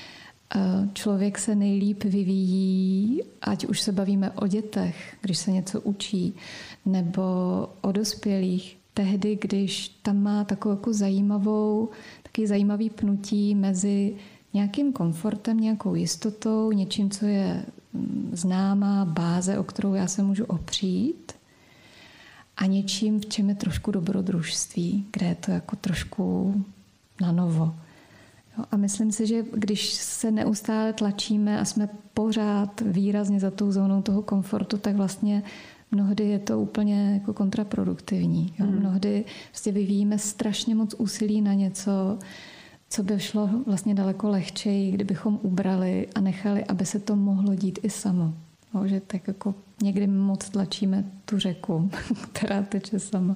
Speaker 2: člověk se nejlíp vyvíjí, ať už se bavíme o dětech, když se něco učí, nebo o dospělých, tehdy, když tam má takovou jako taky zajímavý pnutí mezi nějakým komfortem, nějakou jistotou, něčím, co je známá báze, o kterou já se můžu opřít, a něčím, v čem je trošku dobrodružství, kde je to jako trošku na novo. A myslím si, že když se neustále tlačíme a jsme pořád výrazně za tou zónou toho komfortu, tak vlastně mnohdy je to úplně jako kontraproduktivní. Mnohdy vlastně vyvíjíme strašně moc úsilí na něco, co by šlo vlastně daleko lehčeji, kdybychom ubrali a nechali, aby se to mohlo dít i samo. Že tak jako někdy moc tlačíme tu řeku, která teče sama.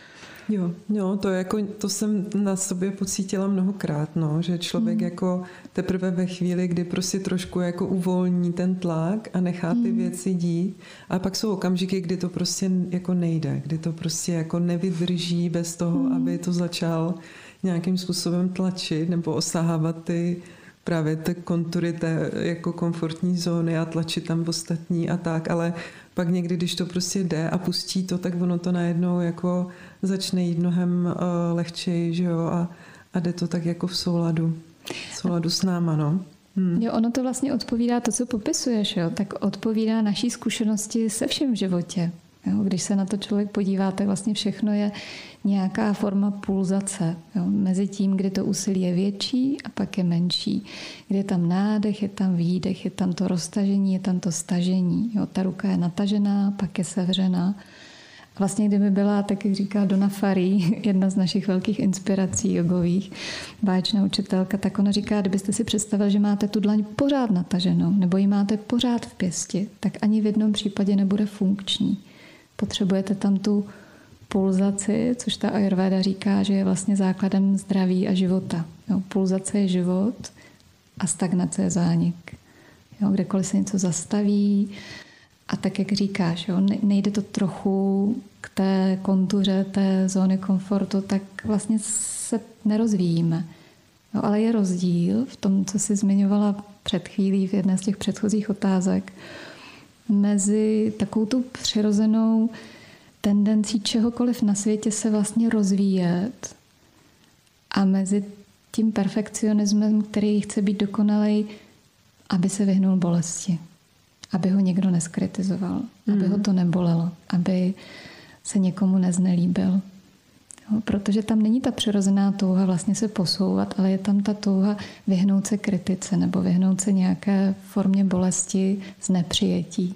Speaker 1: Jo, to jsem na sobě pocítila mnohokrát, že člověk jako teprve ve chvíli, kdy prostě trošku jako uvolní ten tlak a nechá ty věci dít, a pak jsou okamžiky, kdy to prostě jako nejde, kdy to prostě jako nevydrží bez toho, aby to začal nějakým způsobem tlačit nebo osahávat právě ty kontury té jako komfortní zóny a tlačit tam ostatní a tak, ale pak někdy, když to prostě jde a pustí to, tak ono to najednou jako začne jít mnohem lehčeji, že jo, a jde to tak jako v souladu s náma, no.
Speaker 2: Jo, ono to vlastně odpovídá to, co popisuješ, jo, tak odpovídá naší zkušenosti se vším v životě. Jo, když se na to člověk podívá, tak vlastně všechno je nějaká forma pulzace. Jo, mezi tím, kdy to úsilí je větší a pak je menší. Kdy je tam nádech, je tam výdech, je tam to roztažení, je tam to stažení. Jo, ta ruka je natažená, pak je sevřená. Vlastně kdyby byla, tak jak říká Donna Farhi, jedna z našich velkých inspirací jogových, báječná učitelka, tak ona říká, kdybyste si představili, že máte tu dlaň pořád nataženou, nebo ji máte pořád v pěsti, tak ani v jednom případě nebude funkční. Potřebujete tam tu pulzaci, což ta Ayurveda říká, že je vlastně základem zdraví a života. Jo, pulzace je život a stagnace je zánik. Jo, kdekoliv se něco zastaví, a tak, jak říkáš, jo, nejde to trochu k té kontuře té zóny komfortu, tak vlastně se nerozvíjíme. Jo, ale je rozdíl v tom, co jsi zmiňovala před chvílí v jedné z těch předchozích otázek, mezi takovou tu přirozenou tendencí čehokoliv na světě se vlastně rozvíjet a mezi tím perfekcionismem, který chce být dokonalej, aby se vyhnul bolesti. Aby ho někdo neskritizoval, aby ho to nebolelo, aby se někomu neznelíbil. Jo, protože tam není ta přirozená touha vlastně se posouvat, ale je tam ta touha vyhnout se kritice nebo vyhnout se nějaké formě bolesti z nepřijetí.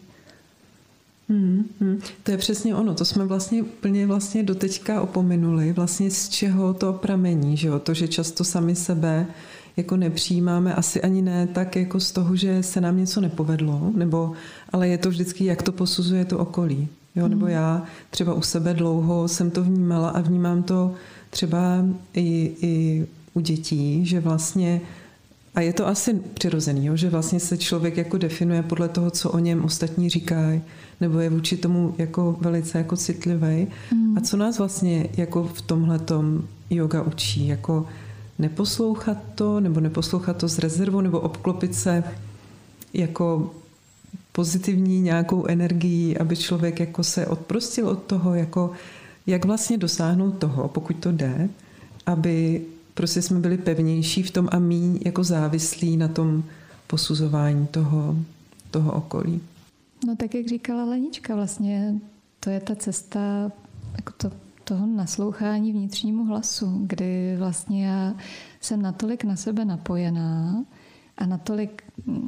Speaker 1: To je přesně ono, to jsme vlastně úplně doteďka opominuli, vlastně z čeho to pramení, že jo? To, že často sami sebe jako nepřijímáme, asi ani ne tak jako z toho, že se nám něco nepovedlo, ale je to vždycky, jak to posuzuje to okolí. Jo? Nebo já třeba u sebe dlouho jsem to vnímala a vnímám to třeba i u dětí, že vlastně, a je to asi přirozený, jo? Že vlastně se člověk jako definuje podle toho, co o něm ostatní říkají, nebo je vůči tomu jako velice jako citlivý. A co nás vlastně jako v tomhletom yoga učí, jako neposlouchat to s rezervou, nebo obklopit se jako pozitivní nějakou energií, aby člověk jako se odprostil od toho, jako jak vlastně dosáhnout toho, pokud to jde, aby prostě jsme byli pevnější v tom a míň jako závislí na tom posuzování toho okolí.
Speaker 2: No tak, jak říkala Lenička, vlastně to je ta cesta jako toho naslouchání vnitřnímu hlasu, kdy vlastně já jsem natolik na sebe napojená a natolik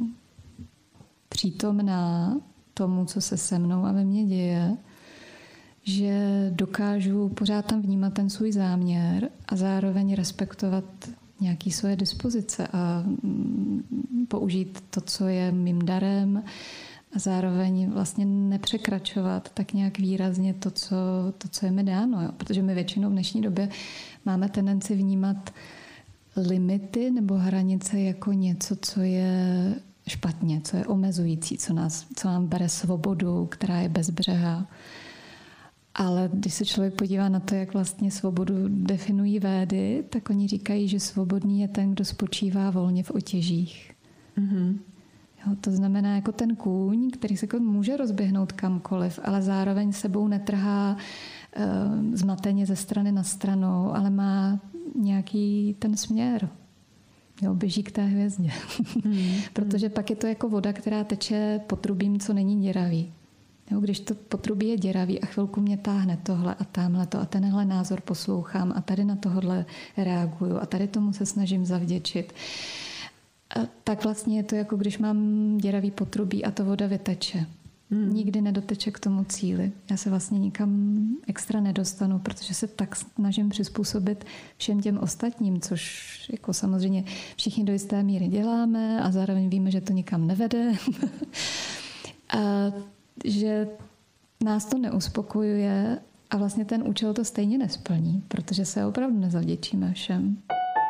Speaker 2: přítomná tomu, co se se mnou a ve mně děje, že dokážu pořád tam vnímat ten svůj záměr a zároveň respektovat nějaké svoje dispozice a použít to, co je mým darem a zároveň vlastně nepřekračovat tak nějak výrazně to, co je mi dáno. Jo? Protože my většinou v dnešní době máme tendenci vnímat limity nebo hranice jako něco, co je špatně, co je omezující, co nám bere svobodu, která je bezbřehá. Ale když se člověk podívá na to, jak vlastně svobodu definují Védy, tak oni říkají, že svobodný je ten, kdo spočívá volně v otěžích. Mm-hmm. Jo, to znamená jako ten kůň, který se může rozběhnout kamkoliv, ale zároveň sebou netrhá zmateně ze strany na stranu, ale má nějaký ten směr. Jo, běží k té hvězdě. Protože pak je to jako voda, která teče potrubím, co není děravý. Jo, když to potrubí je děravý a chvilku mě táhne tohle a tamhleto a tenhle názor poslouchám a tady na tohle reaguju a tady tomu se snažím zavděčit, tak vlastně je to jako když mám děravý potrubí a to voda vyteče. Nikdy nedoteče k tomu cíli. Já se vlastně nikam extra nedostanu, protože se tak snažím přizpůsobit všem těm ostatním, což jako samozřejmě všichni do jisté míry děláme a zároveň víme, že to nikam nevede. A že nás to neuspokojuje a vlastně ten účel to stejně nesplní, protože se opravdu nezavděčíme všem.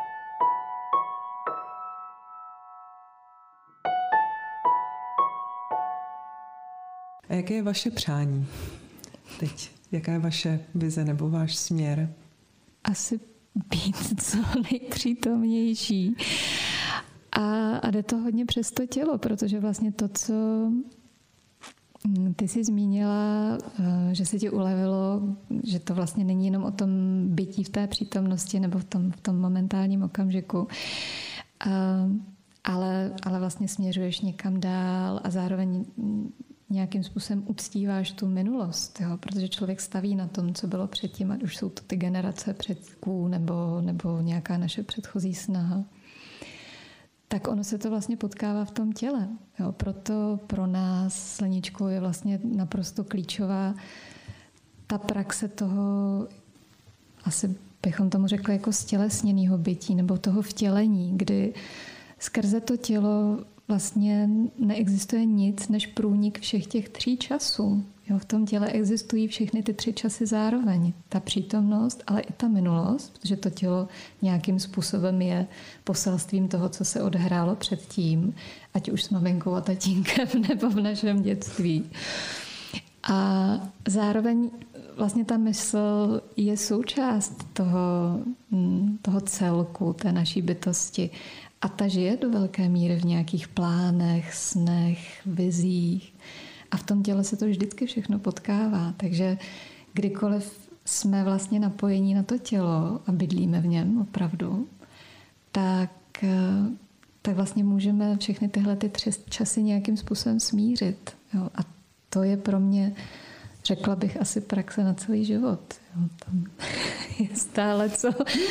Speaker 1: A jaké je vaše přání teď? Jaká je vaše vize nebo váš směr?
Speaker 2: Asi být co nejpřítomnější. A jde to hodně přes to tělo, protože vlastně to, co ty jsi zmínila, že se ti ulevilo, že to vlastně není jenom o tom bytí v té přítomnosti nebo v tom momentálním okamžiku, ale vlastně směřuješ někam dál a zároveň nějakým způsobem uctíváš tu minulost, jo? Protože člověk staví na tom, co bylo předtím, ať už jsou to ty generace předků nebo nějaká naše předchozí snaha. Tak ono se to vlastně potkává v tom těle. Jo? Proto pro nás s Leničkou je vlastně naprosto klíčová ta praxe toho, asi bychom tomu řekli jako stělesněného bytí nebo toho vtělení, kdy skrze to tělo vlastně neexistuje nic než průnik všech těch 3 časů. Jo, v tom těle existují všechny ty 3 časy zároveň. Ta přítomnost, ale i ta minulost, protože to tělo nějakým způsobem je poselstvím toho, co se odehrálo předtím, ať už s maminkou a tatínkem nebo v našem dětství. A zároveň vlastně ta mysl je součást toho celku, té naší bytosti. A ta žije do velké míry v nějakých plánech, snech, vizích. A v tom těle se to vždycky všechno potkává. Takže kdykoliv jsme vlastně napojení na to tělo a bydlíme v něm opravdu, tak vlastně můžeme všechny tyhle 3 časy nějakým způsobem smířit. Jo? A to je pro mě, řekla bych, asi praxe na celý život. Jo? Tam je stále co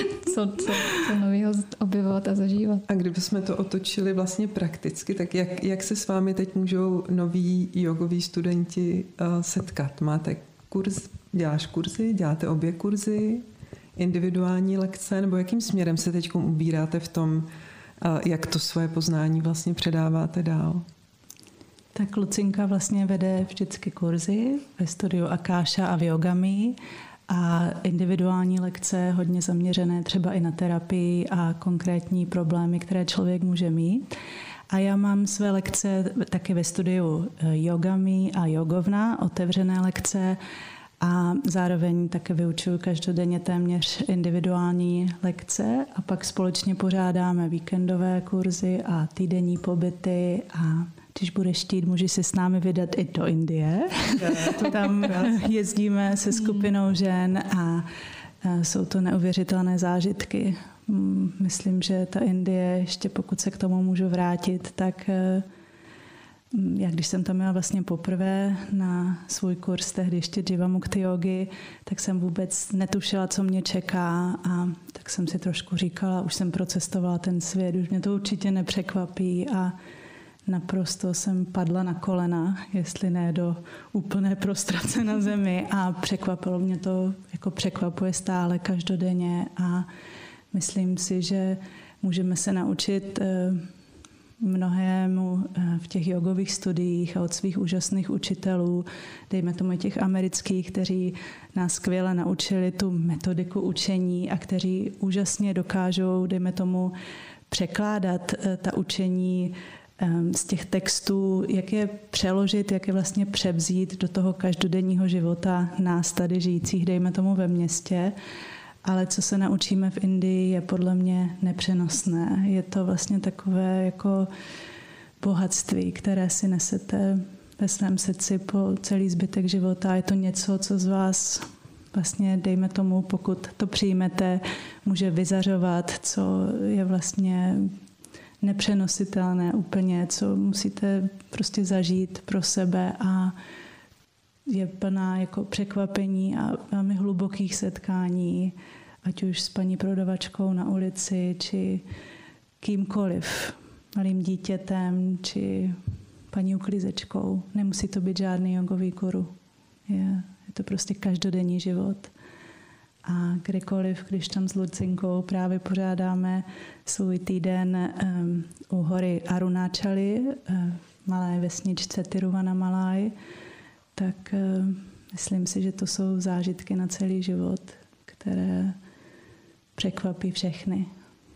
Speaker 2: nového objevovat a zažívat. A
Speaker 1: kdybychom to otočili vlastně prakticky, tak jak se s vámi teď můžou noví jogoví studenti setkat? Máte kurz, děláš kurzy, děláte obě kurzy, individuální lekce, nebo jakým směrem se teď ubíráte v tom, jak to svoje poznání vlastně předáváte dál?
Speaker 3: Tak Lucinka vlastně vede vždycky kurzy ve studiu Akáša a v Yogami a individuální lekce hodně zaměřené třeba i na terapii a konkrétní problémy, které člověk může mít. A já mám své lekce taky ve studiu Yogami a Jogovna, otevřené lekce a zároveň také vyučuju každodenně téměř individuální lekce a pak společně pořádáme víkendové kurzy a týdenní pobyty a když budeš chtít, můžeš se s námi vydat i do Indie. Tam jezdíme se skupinou žen a jsou to neuvěřitelné zážitky, myslím, že ta Indie, ještě pokud se k tomu můžu vrátit, tak já když jsem tam měla vlastně poprvé na svůj kurz tehdy ještě Jivamukti yogi, tak jsem vůbec netušila, co mě čeká a tak jsem si trošku říkala, už jsem procestovala ten svět, už mě to určitě nepřekvapí a naprosto jsem padla na kolena, jestli ne do úplné prostrace na zemi a překvapilo mě to, jako překvapuje stále každodenně a myslím si, že můžeme se naučit mnohému v těch jogových studiích a od svých úžasných učitelů, dejme tomu těch amerických, kteří nás skvěle naučili tu metodiku učení a kteří úžasně dokážou, dejme tomu, překládat ta učení z těch textů, jak je přeložit, jak je vlastně převzít do toho každodenního života nás tady žijících, dejme tomu ve městě. Ale co se naučíme v Indii, je podle mě nepřenosné. Je to vlastně takové jako bohatství, které si nesete ve svém srdci po celý zbytek života. Je to něco, co z vás vlastně, dejme tomu, pokud to přijmete, může vyzařovat, co je vlastně nepřenositelné úplně, co musíte prostě zažít pro sebe a je plná jako překvapení a velmi hlubokých setkání, ať už s paní prodavačkou na ulici, či kýmkoliv, malým dítětem, či paní uklízečkou. Nemusí to být žádný jogový guru. Je to prostě každodenní život. A kdykoliv, když tam s Lucinkou právě pořádáme svůj týden u hory Arunáčali, v malé vesničce Tiruvannamalai, tak myslím si, že to jsou zážitky na celý život, které překvapí všechny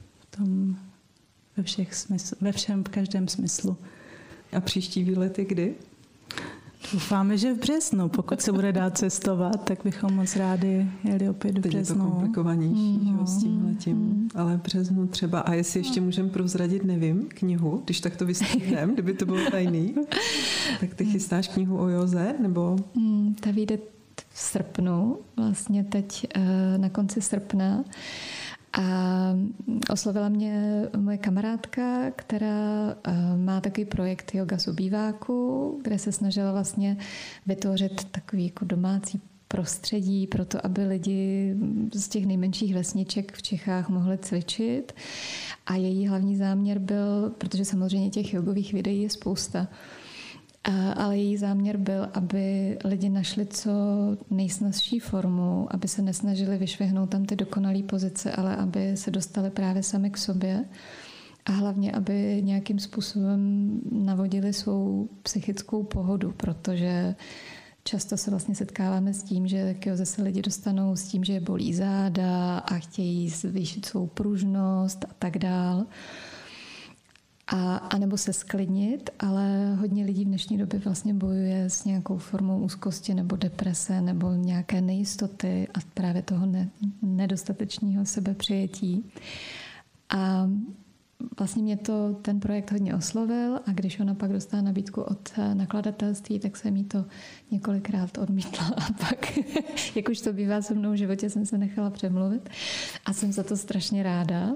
Speaker 3: v každém smyslu.
Speaker 1: A příští výlet je kdy?
Speaker 3: Doufáme, že v březnu. Pokud se bude dát cestovat, tak bychom moc rádi jeli opět v březnu.
Speaker 1: Teď je to komplikovanější, že s tímhletím. Ale v březnu třeba. A jestli ještě můžeme prozradit, nevím, knihu, když tak to vystříhneme, kdyby to bylo tajný. Tak ty chystáš knihu o józe, nebo?
Speaker 2: Ta vyjde v srpnu, vlastně teď na konci srpna. A oslovila mě moje kamarádka, která má takový projekt Yoga z obýváku, kde se snažila vlastně vytvořit takový jako domácí prostředí pro to, aby lidi z těch nejmenších vesniček v Čechách mohli cvičit. A její hlavní záměr byl, protože samozřejmě těch jogových videí je spousta, ale její záměr byl, aby lidi našli co nejsnazší formu, aby se nesnažili vyšvihnout tam ty dokonalé pozice, ale aby se dostali právě sami k sobě a hlavně, aby nějakým způsobem navodili svou psychickou pohodu, protože často se vlastně setkáváme s tím, že k józe se lidi dostanou s tím, že je bolí záda a chtějí zvýšit svou pružnost a tak dál. A nebo se sklidnit, ale hodně lidí v dnešní době vlastně bojuje s nějakou formou úzkosti nebo deprese nebo nějaké nejistoty a právě toho nedostatečného sebepřijetí. A vlastně mě ten projekt hodně oslovil a když ona pak dostala nabídku od nakladatelství, tak jsem jí to několikrát odmítla a pak, jak už to bývá se mnou v životě, jsem se nechala přemluvit a jsem za to strašně ráda.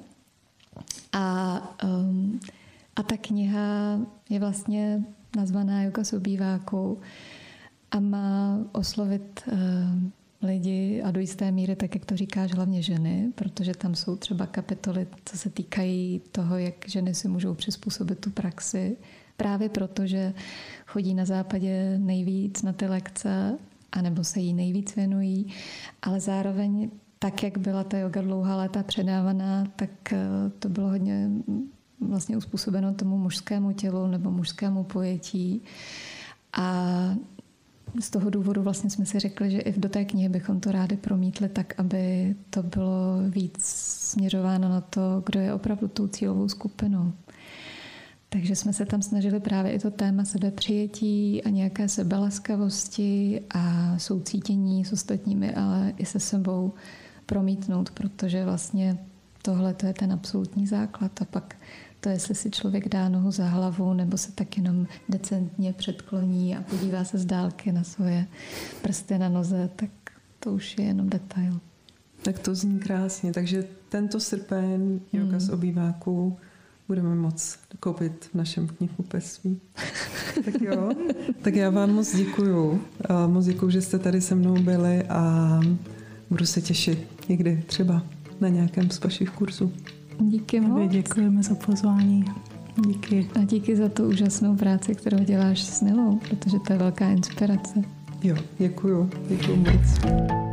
Speaker 2: A ta kniha je vlastně nazvaná Yoga z obýváku a má oslovit lidi a do jisté míry, tak jak to říkáš, hlavně ženy, protože tam jsou třeba kapitoly, co se týkají toho, jak ženy si můžou přizpůsobit tu praxi. Právě proto, že chodí na západě nejvíc na ty lekce, anebo se jí nejvíc věnují, ale zároveň tak, jak byla ta yoga dlouhá léta předávaná, tak to bylo hodně vlastně uspůsobeno tomu mužskému tělu nebo mužskému pojetí. A z toho důvodu vlastně jsme si řekli, že i do té knihy bychom to rádi promítli tak, aby to bylo víc směřováno na to, kdo je opravdu tou cílovou skupinou. Takže jsme se tam snažili právě i to téma sebepřijetí a nějaké sebelaskavosti a soucítění s ostatními, ale i se sebou promítnout, protože vlastně tohle to je ten absolutní základ a pak to, jestli si člověk dá nohu za hlavu nebo se tak jenom decentně předkloní a podívá se z dálky na svoje prsty na noze, tak to už je jenom detail.
Speaker 1: Tak to zní krásně. Takže tento srpen Jóga z obýváku budeme moct koupit v našem knihkupectví. Tak jo. Tak já vám moc děkuju. Moc děkuju, že jste tady se mnou byli a budu se těšit někdy třeba na nějakém z vašich kurzů.
Speaker 2: Díky moc.
Speaker 3: Děkujeme za pozvání. Díky.
Speaker 2: A díky za tu úžasnou práci, kterou děláš s Nilou, protože to je velká inspirace.
Speaker 1: Jo, děkuju. Děkuju moc.